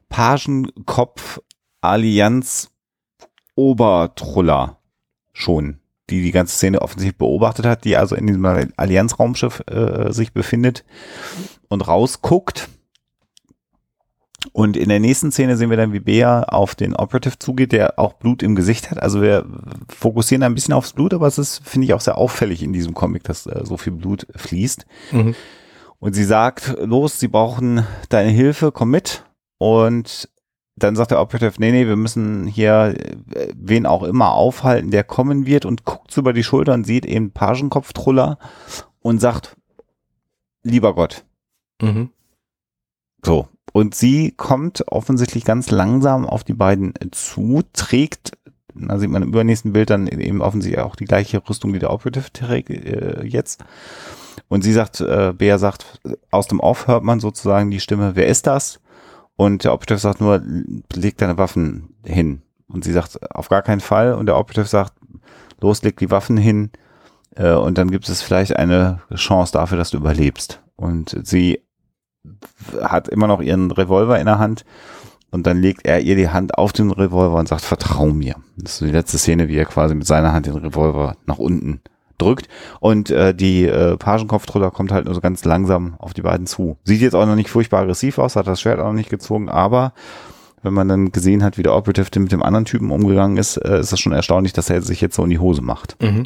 Pagenkopf-Allianz-Obertruller schon, die ganze Szene offensichtlich beobachtet hat, die also in diesem Allianz-Raumschiff sich befindet und rausguckt. Und in der nächsten Szene sehen wir dann, wie Bea auf den Operative zugeht, der auch Blut im Gesicht hat. Also wir fokussieren ein bisschen aufs Blut, aber es ist, finde ich, auch sehr auffällig in diesem Comic, dass so viel Blut fließt. Mhm. Und sie sagt, los, sie brauchen deine Hilfe, komm mit. Und dann sagt der Operative, nee, wir müssen hier wen auch immer aufhalten, der kommen wird, und guckt so über die Schulter und sieht eben Pagenkopf-Truller und sagt, lieber Gott. Mhm. So. Und sie kommt offensichtlich ganz langsam auf die beiden zu, trägt, da sieht man im übernächsten Bild dann eben offensichtlich auch die gleiche Rüstung, die der Operative trägt jetzt. Und sie sagt, Bea sagt, aus dem Off hört man sozusagen die Stimme, wer ist das? Und der Operative sagt nur, leg deine Waffen hin. Und sie sagt, auf gar keinen Fall. Und der Operative sagt, los, leg die Waffen hin. Und dann gibt es vielleicht eine Chance dafür, dass du überlebst. Und sie hat immer noch ihren Revolver in der Hand und dann legt er ihr die Hand auf den Revolver und sagt, vertrau mir. Das ist so die letzte Szene, wie er quasi mit seiner Hand den Revolver nach unten drückt, und die Pagenkopftruller kommt halt nur so ganz langsam auf die beiden zu. Sieht jetzt auch noch nicht furchtbar aggressiv aus, hat das Schwert auch noch nicht gezogen, aber wenn man dann gesehen hat, wie der Operative mit dem anderen Typen umgegangen ist, ist das schon erstaunlich, dass er sich jetzt so in die Hose macht. Mhm.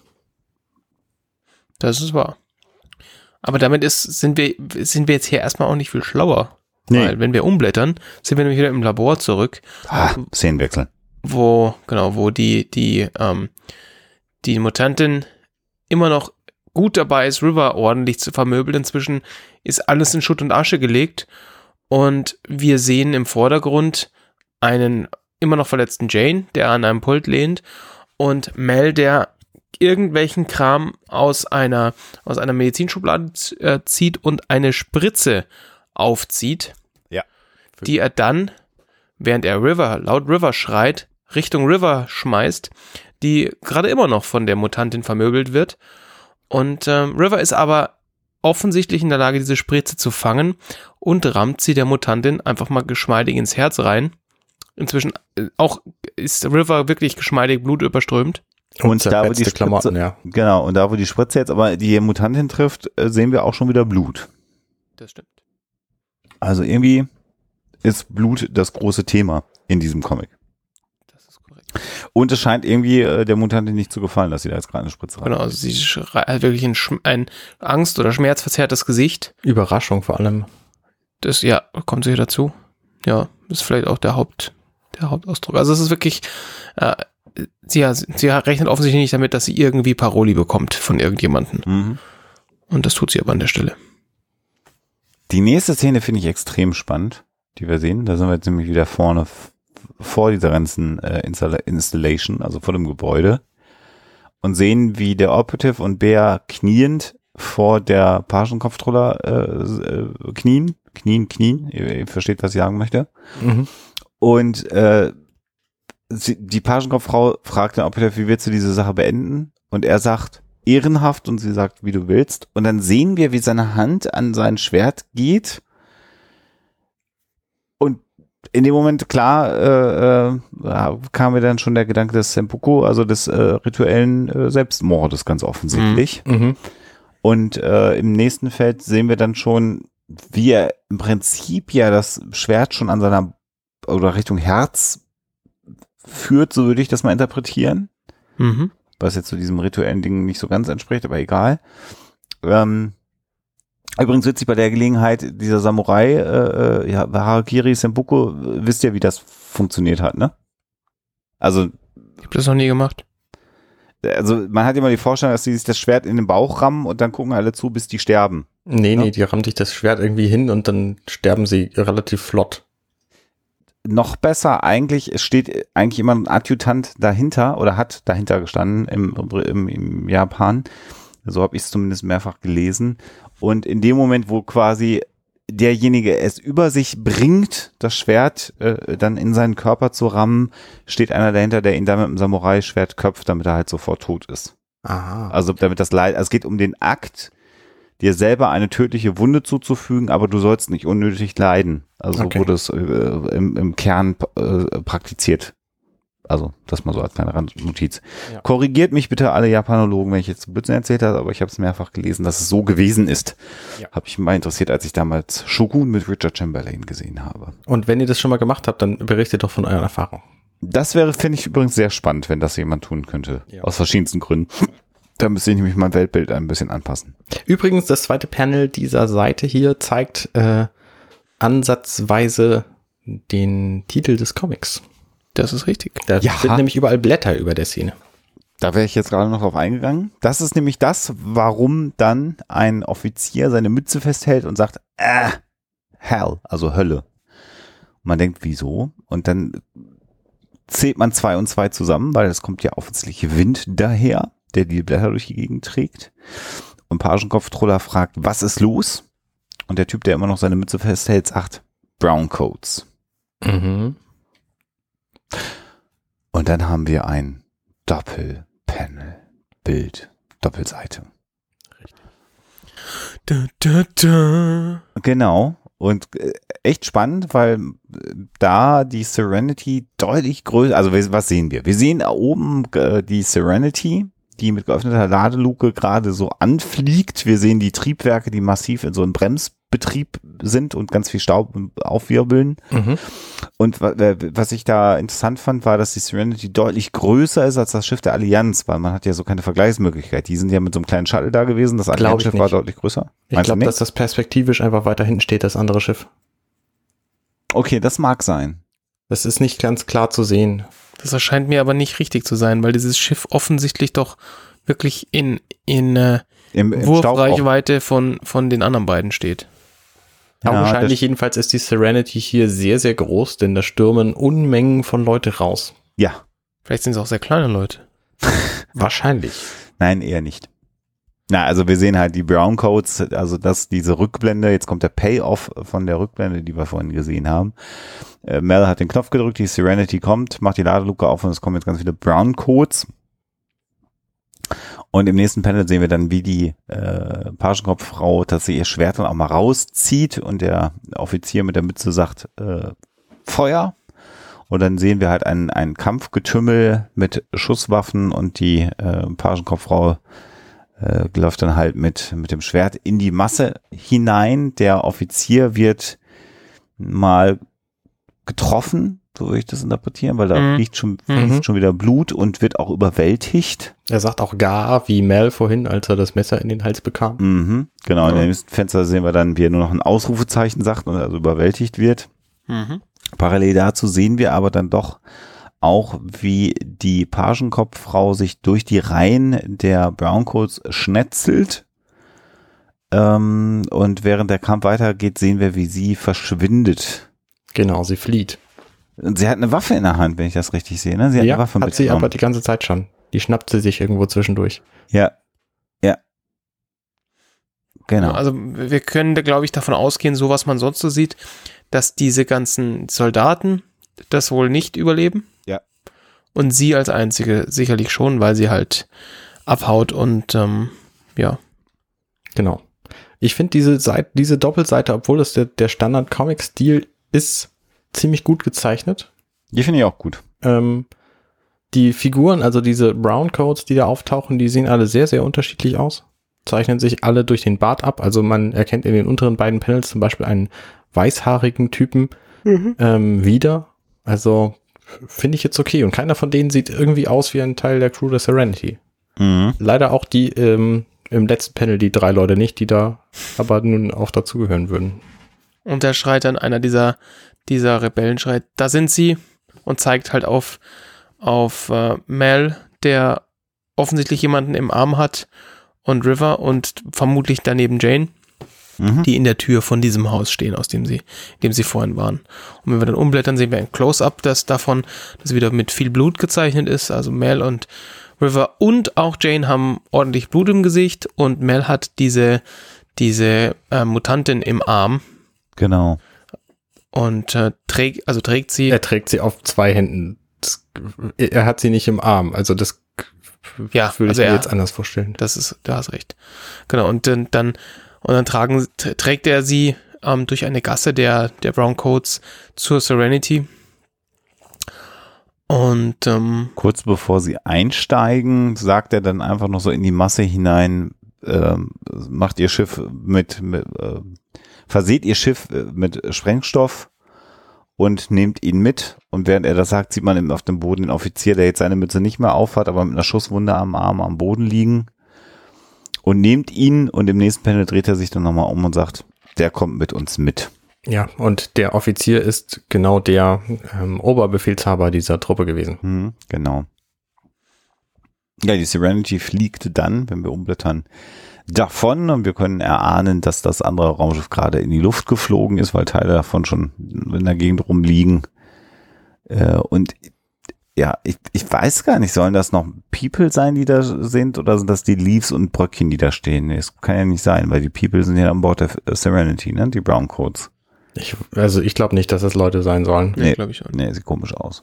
Das ist wahr. Aber damit sind wir jetzt hier erstmal auch nicht viel schlauer. Nee. Weil wenn wir umblättern, sind wir nämlich wieder im Labor zurück. Szenenwechsel. Wo die Mutantin immer noch gut dabei ist, River ordentlich zu vermöbeln. Inzwischen ist alles in Schutt und Asche gelegt. Und wir sehen im Vordergrund einen immer noch verletzten Jane, der an einem Pult lehnt. Und Mel, der irgendwelchen Kram aus einer Medizinschublade zieht und eine Spritze aufzieht, ja, die er dann, während er laut River schreit, Richtung River schmeißt, die gerade immer noch von der Mutantin vermöbelt wird. Und River ist aber offensichtlich in der Lage, diese Spritze zu fangen, und rammt sie der Mutantin einfach mal geschmeidig ins Herz rein. Inzwischen auch ist River wirklich geschmeidig blutüberströmt. Und da, wo die Spritze, Klamotten, ja. Genau, und da, wo die Spritze jetzt aber die Mutantin trifft, sehen wir auch schon wieder Blut. Das stimmt. Also irgendwie ist Blut das große Thema in diesem Comic. Das ist korrekt. Und es scheint irgendwie der Mutantin nicht zu gefallen, dass sie da jetzt gerade eine Spritze hat. Genau, also sie hat wirklich ein Angst- oder schmerzverzerrtes Gesicht. Überraschung vor allem. Das, ja, kommt sicher dazu. Ja, ist vielleicht auch der Hauptausdruck. Also es ist wirklich, sie rechnet offensichtlich nicht damit, dass sie irgendwie Paroli bekommt von irgendjemandem. Mhm. Und das tut sie aber an der Stelle. Die nächste Szene finde ich extrem spannend, die wir sehen. Da sind wir jetzt nämlich wieder vorne vor dieser ganzen Installation, also vor dem Gebäude, und sehen, wie der Operative und Bea kniend vor der Pagenkopftruller knien. Ihr versteht, was ich sagen möchte. Mhm. Und die Pagenkopffrau fragt den Operative, wie willst du diese Sache beenden? Und er sagt, ehrenhaft, und sie sagt, wie du willst. Und dann sehen wir, wie seine Hand an sein Schwert geht. Und in dem Moment, klar, kam mir dann schon der Gedanke des Seppuku, also des rituellen Selbstmordes, ganz offensichtlich. Mhm. Und im nächsten Feld sehen wir dann schon, wie er im Prinzip ja das Schwert schon an seiner, oder Richtung Herz führt, so würde ich das mal interpretieren. Mhm. Was jetzt zu diesem rituellen Ding nicht so ganz entspricht, aber egal. Übrigens witzig bei der Gelegenheit, dieser Samurai, Harakiri Senpuku, wisst ihr, wie das funktioniert hat, ne? Also. Ich habe das noch nie gemacht. Also man hat immer die Vorstellung, dass sie sich das Schwert in den Bauch rammen und dann gucken alle zu, bis die sterben. Nee, die rammen sich das Schwert irgendwie hin und dann sterben sie relativ flott. Noch besser eigentlich, es steht eigentlich immer ein Adjutant dahinter oder hat dahinter gestanden im Japan. So habe ich es zumindest mehrfach gelesen. Und in dem Moment, wo quasi derjenige es über sich bringt, das Schwert dann in seinen Körper zu rammen, steht einer dahinter, der ihn dann mit dem Samurai-Schwert köpft, damit er halt sofort tot ist. Aha. Also damit das Leid, also es geht um den Akt, dir selber eine tödliche Wunde zuzufügen, aber du sollst nicht unnötig leiden. Also Okay. wurde es im Kern praktiziert. Also das mal so als kleine Randnotiz. Ja. Korrigiert mich bitte alle Japanologen, wenn ich jetzt Blödsinn erzählt habe, aber ich habe es mehrfach gelesen, dass es so gewesen ist. Ja. Habe ich mich mal interessiert, als ich damals Shogun mit Richard Chamberlain gesehen habe. Und wenn ihr das schon mal gemacht habt, dann berichtet doch von euren Erfahrungen. Das wäre, finde ich übrigens sehr spannend, wenn das jemand tun könnte. Ja. Aus verschiedensten Gründen. Da müsste ich nämlich mein Weltbild ein bisschen anpassen. Übrigens, das zweite Panel dieser Seite hier zeigt ansatzweise den Titel des Comics. Das ist richtig. Da Ja. sind nämlich überall Blätter über der Szene. Da wäre ich jetzt gerade noch drauf eingegangen. Das ist nämlich das, warum dann ein Offizier seine Mütze festhält und sagt, Hell, also Hölle. Und man denkt, wieso? Und dann zählt man 2 und 2 zusammen, weil es kommt ja offensichtlich Wind daher, der die Blätter durch die Gegend trägt. Und Pagenkopf-Troller fragt, was ist los? Und der Typ, der immer noch seine Mütze festhält, sagt, Browncoats. Mhm. Und dann haben wir ein Doppelpanel-Bild, Doppelseite. Da, da, da. Genau. Und echt spannend, weil da die Serenity deutlich größer, also was sehen wir? Wir sehen oben die Serenity, die mit geöffneter Ladeluke gerade so anfliegt. Wir sehen die Triebwerke, die massiv in so einem Bremsbetrieb sind und ganz viel Staub aufwirbeln. Mhm. Und was ich da interessant fand, war, dass die Serenity deutlich größer ist als das Schiff der Allianz, weil man hat ja so keine Vergleichsmöglichkeit. Die sind ja mit so einem kleinen Shuttle da gewesen, das Glaub ich Allianz-Schiff war nicht. deutlich größer. Ich Meinst du glaube, nicht? dass das perspektivisch einfach weiter hinten steht, das andere Schiff. Okay, das mag sein. Das ist nicht ganz klar zu sehen. Das erscheint mir aber nicht richtig zu sein, weil dieses Schiff offensichtlich doch wirklich in Im Wurfreichweite von den anderen beiden steht. Aber Ja, wahrscheinlich jedenfalls ist die Serenity hier sehr, sehr groß, denn da stürmen Unmengen von Leute raus. Ja, Vielleicht sind es auch sehr kleine Leute. Wahrscheinlich. nein, eher nicht. Na, also wir sehen halt die Browncoats, also diese Rückblende, jetzt kommt der Payoff von der Rückblende, die wir vorhin gesehen haben. Mel hat den Knopf gedrückt, die Serenity kommt, macht die Ladeluke auf und es kommen jetzt ganz viele Browncoats. Und im nächsten Panel sehen wir dann, wie die Pagenkopffrau tatsächlich ihr Schwert dann auch mal rauszieht und der Offizier mit der Mütze sagt, Feuer. Und dann sehen wir halt ein Kampfgetümmel mit Schusswaffen und die Pagenkopffrau läuft dann halt mit dem Schwert in die Masse hinein. Der Offizier wird mal getroffen, so würde ich das interpretieren, weil da fließt schon wieder Blut und wird auch überwältigt. Er sagt auch gar, wie Mel vorhin, als er das Messer in den Hals bekam. Mhm, genau, in dem nächsten Fenster sehen wir dann, wie er nur noch ein Ausrufezeichen sagt und also überwältigt wird. Mhm. Parallel dazu sehen wir aber dann doch auch, wie die Pagenkopffrau sich durch die Reihen der Browncoats schnetzelt. Und während der Kampf weitergeht, sehen wir, wie sie verschwindet. Genau, sie flieht. Und sie hat eine Waffe in der Hand, wenn ich das richtig sehe. Ne? Sie hat Ja, eine Waffe hat sie mitgenommen. aber die ganze Zeit schon. Die schnappt sie sich irgendwo zwischendurch. Ja. Genau. Also wir können da, glaube ich, davon ausgehen, so was man sonst so sieht, dass diese ganzen Soldaten das wohl nicht überleben. Ja. Und sie als Einzige sicherlich schon, weil sie halt abhaut und ja. Genau. Ich finde diese Doppelseite, obwohl das der Standard-Comic-Stil ist, ziemlich gut gezeichnet. Die finde ich auch gut. Die Figuren, also diese Browncoats, die da auftauchen, die sehen alle sehr, sehr unterschiedlich aus. Zeichnen sich alle durch den Bart ab. Also man erkennt in den unteren beiden Panels zum Beispiel einen weißhaarigen Typen wieder. Also finde ich jetzt okay. Und keiner von denen sieht irgendwie aus wie ein Teil der Crew der Serenity. Mhm. Leider auch die im letzten Panel die 3 Leute nicht, die da aber nun auch dazugehören würden. Und da schreit dann einer dieser Rebellen, schreit, da sind sie, und zeigt halt auf Mel, der offensichtlich jemanden im Arm hat, und River und vermutlich daneben Jane, die in der Tür von diesem Haus stehen, in dem sie vorhin waren. Und wenn wir dann umblättern, sehen wir ein Close-Up, das wieder mit viel Blut gezeichnet ist. Also Mel und River und auch Jane haben ordentlich Blut im Gesicht und Mel hat diese Mutantin im Arm, Genau. Und trägt sie. Er trägt sie auf 2 Händen. Er hat sie nicht im Arm. Also das würde ich mir jetzt anders vorstellen. Da hast recht. Genau, und dann trägt er sie durch eine Gasse der Browncoats zur Serenity. Und kurz bevor sie einsteigen, sagt er dann einfach noch so in die Masse hinein, macht ihr Schiff verseht ihr Schiff mit Sprengstoff und nehmt ihn mit. Und während er das sagt, sieht man eben auf dem Boden den Offizier, der jetzt seine Mütze nicht mehr aufhat, aber mit einer Schusswunde am Arm am Boden liegen. Und nehmt ihn und im nächsten Panel dreht er sich dann nochmal um und sagt, der kommt mit uns mit. Ja, und der Offizier ist genau der Oberbefehlshaber dieser Truppe gewesen. Genau. Ja, die Serenity fliegt dann, wenn wir umblättern, davon und wir können erahnen, dass das andere Raumschiff gerade in die Luft geflogen ist, weil Teile davon schon in der Gegend rumliegen. Und ja, ich weiß gar nicht, sollen das noch People sein, die da sind, oder sind das die Leaves und Bröckchen, die da stehen? Es kann ja nicht sein, weil die People sind ja an Bord der Serenity, ne? Die Browncoats. Ich glaube nicht, dass das Leute sein sollen. nee, glaube ich auch nicht. Nee, sieht komisch aus.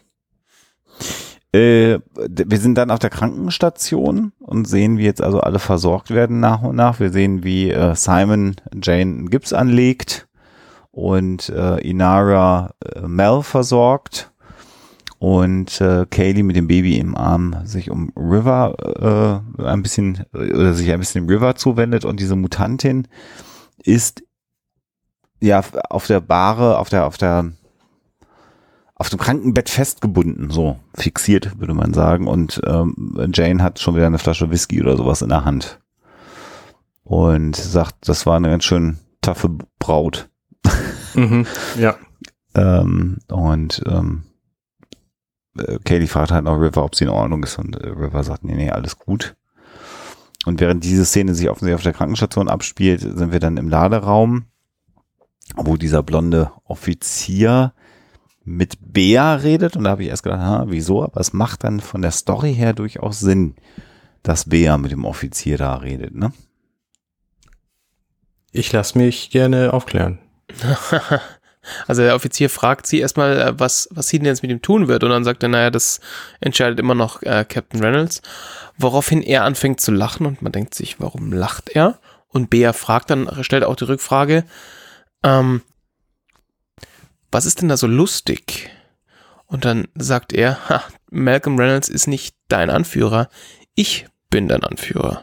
Wir sind dann auf der Krankenstation und sehen, wie jetzt also alle versorgt werden nach und nach. Wir sehen, wie Simon Jane einen Gips anlegt und Inara Mel versorgt und Kaylee mit dem Baby im Arm sich um River sich ein bisschen River zuwendet und diese Mutantin ist ja auf der Bahre, auf dem Krankenbett festgebunden, so fixiert, würde man sagen. Und Jane hat schon wieder eine Flasche Whisky oder sowas in der Hand. Und sagt, das war eine ganz schön taffe Braut. Ja. Kaylee fragt halt noch River, ob sie in Ordnung ist. Und River sagt, nee, alles gut. Und während diese Szene sich offensichtlich auf der Krankenstation abspielt, sind wir dann im Laderaum, wo dieser blonde Offizier mit Bea redet, und da habe ich erst gedacht, wieso, aber es macht dann von der Story her durchaus Sinn, dass Bea mit dem Offizier da redet, ne? Ich lasse mich gerne aufklären. Also der Offizier fragt sie erstmal, was sie denn jetzt mit ihm tun wird, und dann sagt er, naja, das entscheidet immer noch Captain Reynolds, woraufhin er anfängt zu lachen und man denkt sich, warum lacht er? Und Bea stellt auch die Rückfrage, was ist denn da so lustig? Und dann sagt er, Malcolm Reynolds ist nicht dein Anführer, ich bin dein Anführer.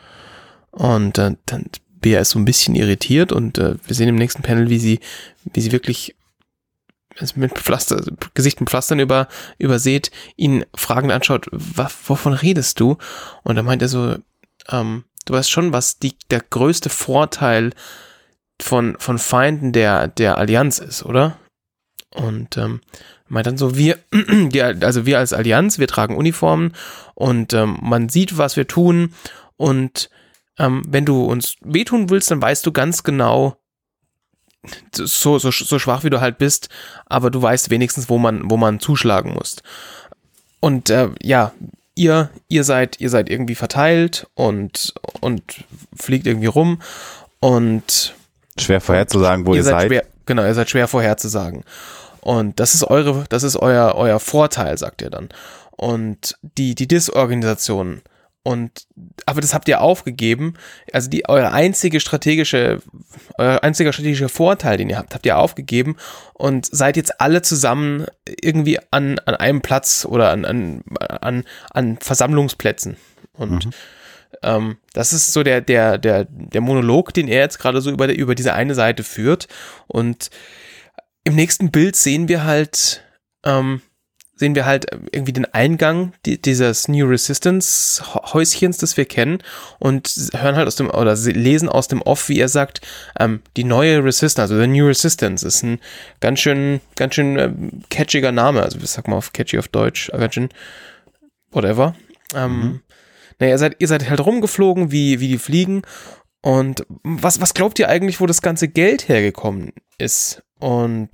Und dann Bea ist so ein bisschen irritiert und wir sehen im nächsten Panel, wie sie wirklich mit Gesicht mit Pflastern übersät, ihn fragend anschaut, wovon redest du? Und dann meint er so, du weißt schon, was der größte Vorteil von Feinden der Allianz ist, oder? Und meint dann so, wir als Allianz, wir tragen Uniformen und man sieht, was wir tun, und wenn du uns wehtun willst, dann weißt du ganz genau, so schwach wie du halt bist, aber du weißt wenigstens, wo man zuschlagen muss. Und ihr seid irgendwie verteilt und fliegt irgendwie rum und schwer vorherzusagen, wo ihr seid. Ihr seid schwer vorherzusagen. Und das ist euer Vorteil, sagt er dann. Und die Disorganisation. Aber das habt ihr aufgegeben. Also euer einziger strategischer Vorteil, den ihr habt ihr aufgegeben und seid jetzt alle zusammen irgendwie an einem Platz oder an Versammlungsplätzen. Und das ist so der Monolog, den er jetzt gerade so über diese eine Seite führt. Und im nächsten Bild sehen wir halt irgendwie den Eingang dieses New Resistance Häuschens, das wir kennen, und hören halt lesen aus dem Off, wie er sagt, die neue Resistance, also the New Resistance, ist ein ganz schön catchiger Name, also ich sag mal auf catchy auf Deutsch, ganz schön whatever. Naja, ihr seid halt rumgeflogen, wie die fliegen, und was glaubt ihr eigentlich, wo das ganze Geld hergekommen ist? Und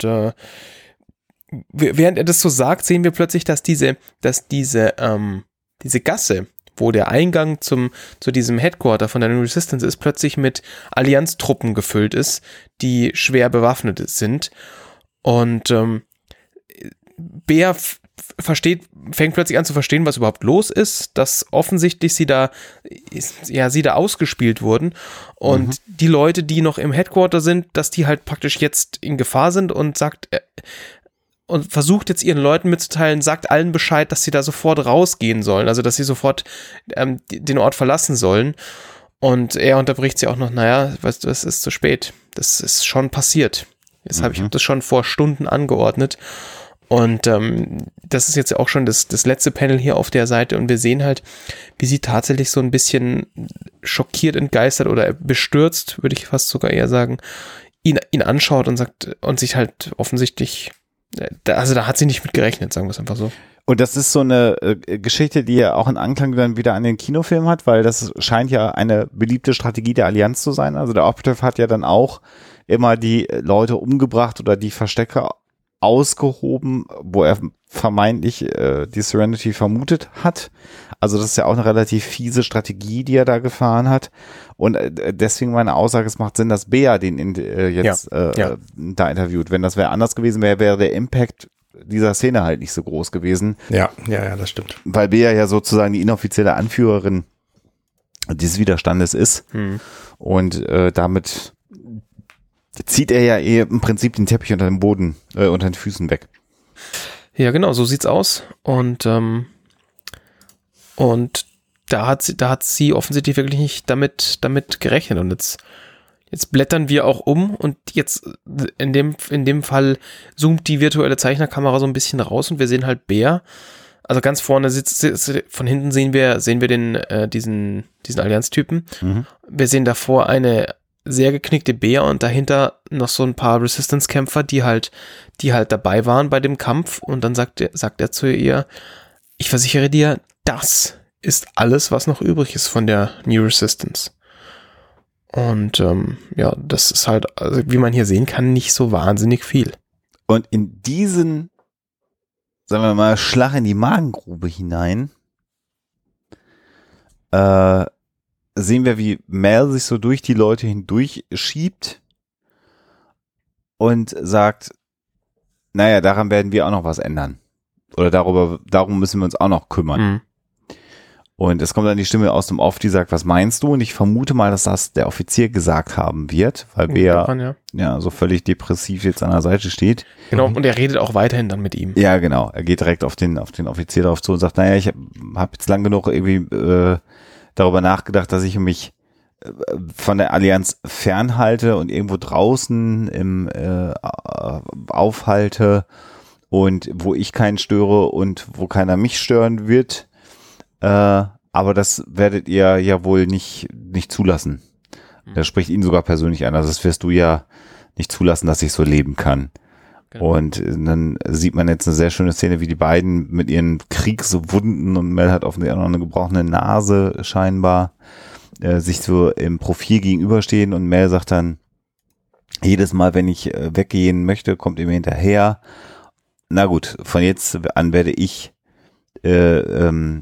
während er das so sagt, sehen wir plötzlich, dass diese Gasse, wo der Eingang zu diesem Headquarter von der New Resistance ist, plötzlich mit Allianztruppen gefüllt ist, die schwer bewaffnet sind. Und Bea fängt plötzlich an zu verstehen, was überhaupt los ist, dass offensichtlich sie da ausgespielt wurden und die Leute, die noch im Headquarter sind, dass die halt praktisch jetzt in Gefahr sind und und versucht jetzt ihren Leuten mitzuteilen, sagt allen Bescheid, dass sie da sofort rausgehen sollen, also dass sie sofort den Ort verlassen sollen. Und er unterbricht sie auch noch, naja, weißt du, es ist zu spät, das ist schon passiert. Ich habe das schon vor Stunden angeordnet. Und das ist jetzt auch schon das letzte Panel hier auf der Seite und wir sehen halt, wie sie tatsächlich so ein bisschen schockiert, entgeistert oder bestürzt, würde ich fast sogar eher sagen, ihn anschaut und sagt und sich halt offensichtlich, also da hat sie nicht mit gerechnet, sagen wir es einfach so. Und das ist so eine Geschichte, die ja auch einen Anklang dann wieder an den Kinofilm hat, weil das scheint ja eine beliebte Strategie der Allianz zu sein. Also der Operative hat ja dann auch immer die Leute umgebracht oder die Verstecke ausgehoben, wo er vermeintlich die Serenity vermutet hat. Also das ist ja auch eine relativ fiese Strategie, die er da gefahren hat. Und deswegen meine Aussage, es macht Sinn, dass Bea den da interviewt. Wenn das anders gewesen wäre, wäre der Impact dieser Szene halt nicht so groß gewesen. Ja, das stimmt. Weil Bea ja sozusagen die inoffizielle Anführerin dieses Widerstandes ist. Und damit zieht er ja im Prinzip den Teppich unter dem Boden, unter den Füßen weg. Ja, genau, so sieht's aus. Und da hat sie offensichtlich wirklich nicht damit gerechnet. Und jetzt blättern wir auch um und jetzt in dem Fall zoomt die virtuelle Zeichnerkamera so ein bisschen raus und wir sehen halt Bea. Also ganz vorne von hinten sehen wir diesen Allianz-Typen. Wir sehen davor eine sehr geknickte Bea und dahinter noch so ein paar Resistance-Kämpfer, die halt dabei waren bei dem Kampf. Und dann sagt er zu ihr, ich versichere dir, das ist alles, was noch übrig ist von der New Resistance. Und das ist halt, also wie man hier sehen kann, nicht so wahnsinnig viel. Und in diesen, sagen wir mal, Schlag in die Magengrube hinein, sehen wir, wie Mel sich so durch die Leute hindurch schiebt und sagt, naja, daran werden wir auch noch was ändern. Oder darum müssen wir uns auch noch kümmern. Und es kommt dann die Stimme aus dem Off, die sagt, was meinst du? Und ich vermute mal, dass das der Offizier gesagt haben wird, weil Bea so völlig depressiv jetzt an der Seite steht. Genau, und er redet auch weiterhin dann mit ihm. Ja, genau. Er geht direkt auf den Offizier darauf zu und sagt, naja, ich habe jetzt lang genug irgendwie darüber nachgedacht, dass ich mich von der Allianz fernhalte und irgendwo draußen aufhalte und wo ich keinen störe und wo keiner mich stören wird. Aber das werdet ihr ja wohl nicht zulassen. Der spricht ihn sogar persönlich an. Also das wirst du ja nicht zulassen, dass ich so leben kann. Genau. Und dann sieht man jetzt eine sehr schöne Szene, wie die beiden mit ihren Kriegswunden, und Mel hat offensichtlich auch noch eine gebrochene Nase scheinbar, sich so im Profil gegenüberstehen, und Mel sagt dann, jedes Mal, wenn ich weggehen möchte, kommt ihr mir hinterher. Na gut, von jetzt an werde ich, wenn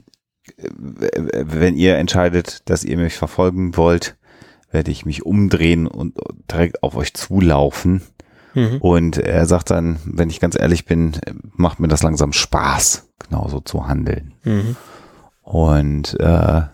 ihr entscheidet, dass ihr mich verfolgen wollt, werde ich mich umdrehen und direkt auf euch zulaufen. Und er sagt dann, wenn ich ganz ehrlich bin, macht mir das langsam Spaß, genauso zu handeln. Und er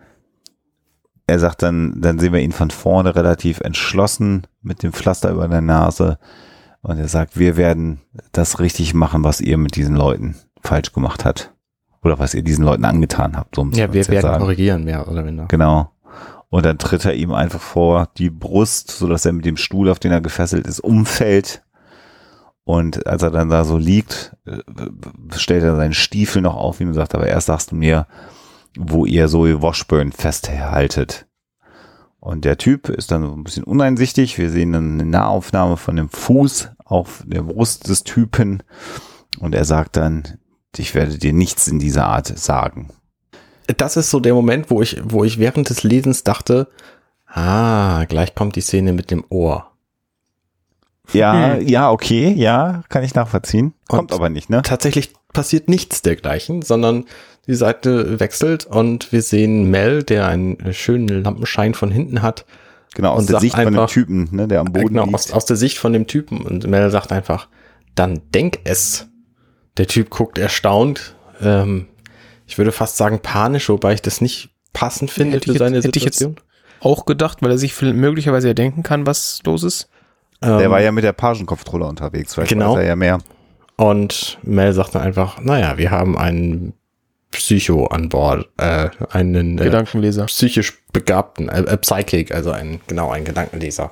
sagt dann sehen wir ihn von vorne relativ entschlossen mit dem Pflaster über der Nase. Und er sagt, wir werden das richtig machen, was ihr mit diesen Leuten falsch gemacht habt. Oder was ihr diesen Leuten angetan habt. So ja, wir werden korrigieren, mehr oder minder. Genau. Und dann tritt er ihm einfach vor die Brust, sodass er mit dem Stuhl, auf den er gefesselt ist, umfällt. Und als er dann da so liegt, stellt er seinen Stiefel noch auf ihn und sagt, aber erst sagst du mir, wo ihr Zoe Washburn festhaltet. Und der Typ ist dann so ein bisschen uneinsichtig. Wir sehen dann eine Nahaufnahme von dem Fuß auf der Brust des Typen. Und er sagt dann, ich werde dir nichts in dieser Art sagen. Das ist so der Moment, wo ich während des Lesens dachte, gleich kommt die Szene mit dem Ohr. Ja, okay, ja, kann ich nachvollziehen. Kommt Und aber nicht, ne? Tatsächlich passiert nichts dergleichen, sondern die Seite wechselt und wir sehen Mel, der einen schönen Lampenschein von hinten hat. Genau, aus und der sagt Sicht von dem einfach- Typen, ne, der am Boden Genau, liegt. aus der Sicht von dem Typen. Und Mel sagt einfach, dann denk es. Der Typ guckt erstaunt. Ich würde fast sagen panisch, wobei ich das nicht passend finde Hätte ich für seine jetzt- hätte ich jetzt- Situation. Auch gedacht, weil er sich möglicherweise ja denken kann, was los ist. Der war ja mit der Pagenkopftrolle unterwegs, vielleicht Genau. weiß er ja mehr. Und Mel sagt dann einfach, naja, wir haben einen Psycho an Bord, einen Gedankenleser. psychisch begabten, Psychic, also einen Gedankenleser.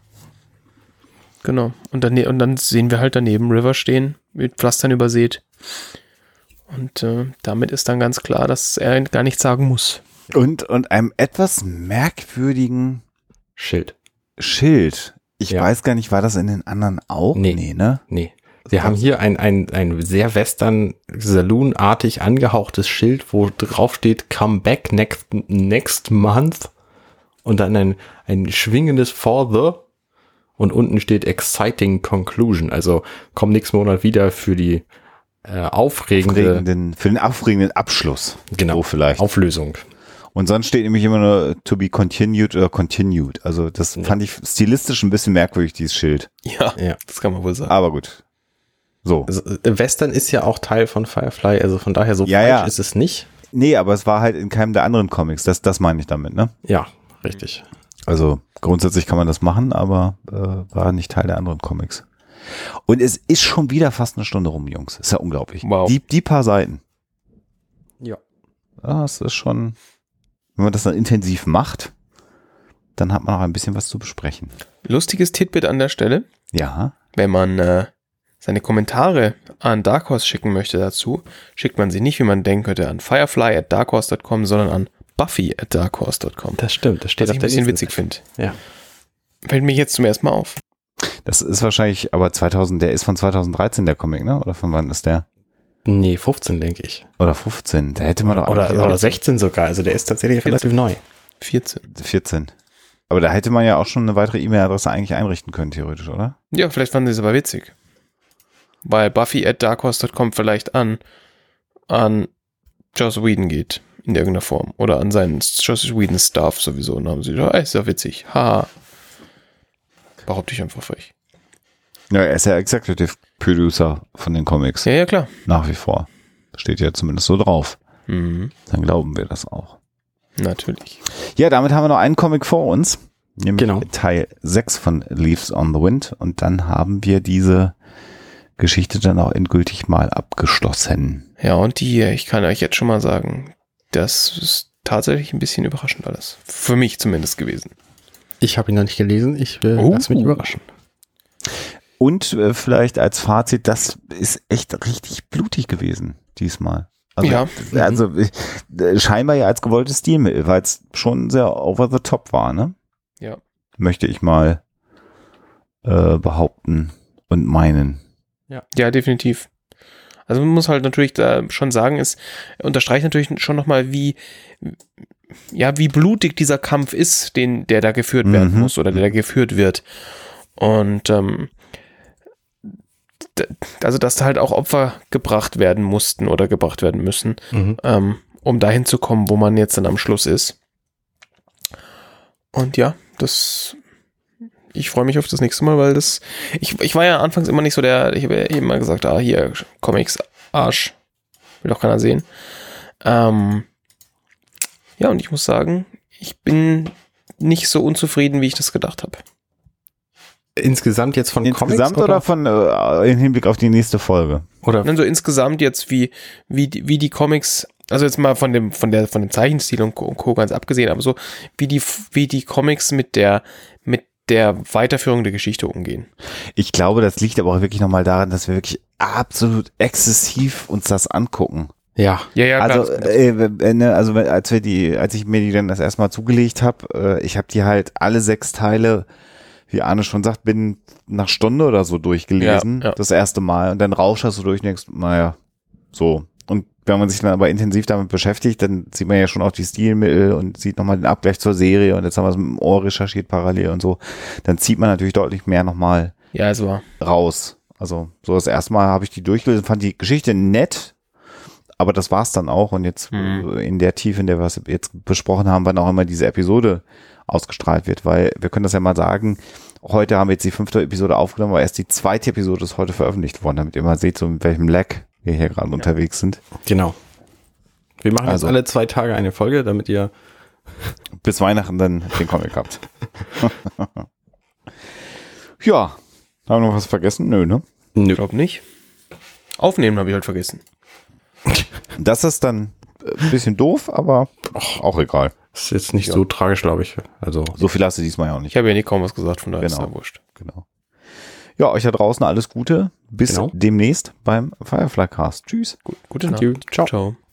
Genau. Und dann sehen wir halt daneben River stehen, mit Pflastern übersät. Und damit ist dann ganz klar, dass er gar nichts sagen muss. Und einem etwas merkwürdigen Schild. Schild. Ich Ja. weiß gar nicht, war das in den anderen auch? Nee. Ne? Nee. Wir haben hier ein sehr Western-Saloon-artig angehauchtes Schild, wo drauf steht, come back next month. Und dann ein schwingendes for the. Und unten steht exciting conclusion. Also komm nächsten Monat wieder für die Für den aufregenden Abschluss. Genau. So vielleicht. Auflösung. Und sonst steht nämlich immer nur to be continued oder continued. Also das fand ich stilistisch ein bisschen merkwürdig, dieses Schild. Ja, Ja. das kann man wohl sagen. Aber gut. So. Also, Western ist ja auch Teil von Firefly, also von daher so Ja, falsch ja. ist es nicht. Nee, aber es war halt in keinem der anderen Comics. Das meine ich damit, ne? Ja, richtig. Also grundsätzlich kann man das machen, aber war nicht Teil der anderen Comics. Und es ist schon wieder fast eine Stunde rum, Jungs. Ist ja unglaublich. Wow. Die paar Seiten. Ja. Ja, es ist schon, wenn man das dann intensiv macht, dann hat man auch ein bisschen was zu besprechen. Lustiges Titbit an der Stelle. Ja. Wenn man seine Kommentare an Dark Horse schicken möchte dazu, schickt man sie nicht, wie man denken könnte, an firefly@darkhorse.com, sondern an buffy@darkhorse.com. Das stimmt, das steht Was ich ein bisschen nächsten witzig finde. Ja. Fällt mir jetzt zum ersten Mal auf. Das ist wahrscheinlich, aber der ist von 2013 der Comic, ne? Oder von wann ist der? Nee, 15, denke ich. Oder 15. Da hätte man doch eigentlich Oder auch 16 sogar. Also der ist tatsächlich relativ neu. 14. 14. Aber da hätte man ja auch schon eine weitere E-Mail-Adresse eigentlich einrichten können, theoretisch, oder? Ja, vielleicht fanden sie es aber witzig. Weil buffy@darkhorse.com vielleicht an Joss Whedon geht. In irgendeiner Form. Oder an seinen Joss Whedon Staff sowieso. Und dann haben sie gesagt, ist ja witzig. Haha. Behaupte ich einfach frech. Ja, er ist ja Executive Producer von den Comics. Ja, ja, klar. Nach wie vor. Steht ja zumindest so drauf. Mhm. Dann glauben wir das auch. Natürlich. Ja, damit haben wir noch einen Comic vor uns. Nämlich Genau. Teil 6 von Leaves on the Wind. Und dann haben wir diese Geschichte dann auch endgültig mal abgeschlossen. Ja, und ich kann euch jetzt schon mal sagen, das ist tatsächlich ein bisschen überraschend alles. Für mich zumindest gewesen. Ich habe ihn noch nicht gelesen. Ich will lass mich überraschen. Und vielleicht als Fazit, das ist echt richtig blutig gewesen diesmal. Also, Ja. Also scheinbar ja als gewolltes Stilmittel, weil es schon sehr over the top war, ne? Ja. Möchte ich mal behaupten und meinen. Ja, definitiv. Also man muss halt natürlich da schon sagen, es unterstreicht natürlich schon nochmal, wie blutig dieser Kampf ist, der da geführt werden muss oder der da geführt wird. Und also dass da halt auch Opfer gebracht werden mussten oder gebracht werden müssen, um dahin zu kommen, wo man jetzt dann am Schluss ist. Und ja, ich freue mich auf das nächste Mal, weil ich war ja anfangs immer nicht so ich habe ja eben mal gesagt, hier, Comics, Arsch, will doch keiner sehen. Ja, und ich muss sagen, ich bin nicht so unzufrieden, wie ich das gedacht habe. Insgesamt jetzt von Insgesamt Comics oder von im Hinblick auf die nächste Folge? Oder Dann so insgesamt jetzt, wie die Comics, also jetzt mal von dem Zeichenstil und Co. ganz abgesehen, aber so, wie die Comics mit der Weiterführung der Geschichte umgehen. Ich glaube, das liegt aber auch wirklich nochmal daran, dass wir wirklich absolut exzessiv uns das angucken. ja. Ja, Also, als ich mir die dann das erste Mal zugelegt habe, ich habe die halt alle 6 Teile, wie Arne schon sagt, bin nach Stunde oder so durchgelesen, Ja. das erste Mal. Und dann rauschst du durch und denkst, naja, so. Und wenn man sich dann aber intensiv damit beschäftigt, dann sieht man ja schon auch die Stilmittel und sieht nochmal den Abgleich zur Serie und jetzt haben wir es mit dem Ohr recherchiert parallel und so. Dann zieht man natürlich deutlich mehr nochmal Ja, es war. raus. Also so das erste Mal habe ich die durchgelesen, fand die Geschichte nett, aber das war's dann auch. Und jetzt in der Tiefe, in der wir es jetzt besprochen haben, wann auch immer diese Episode ausgestrahlt wird, weil wir können das ja mal sagen, heute haben wir jetzt die 5. Episode aufgenommen, aber erst die 2. Episode ist heute veröffentlicht worden, damit ihr mal seht, so mit welchem Lag wir hier gerade unterwegs sind. Genau. Wir machen Also. jetzt alle 2 Tage eine Folge, damit ihr Bis Weihnachten dann den Comic habt. Ja, haben wir noch was vergessen? Nö, ne? Ich glaube nicht. Aufnehmen habe ich halt vergessen. Das ist dann ein bisschen doof, aber auch egal. Ist jetzt nicht so tragisch, glaube ich. Also So viel hast du diesmal ja auch Ich nicht. habe ja nicht kaum was gesagt, von daher ist Genau. ja wurscht. Genau. Ja, euch da draußen alles Gute. Bis Genau. demnächst beim Firefly Cast. Tschüss. Gute Nacht. Ciao. Ciao.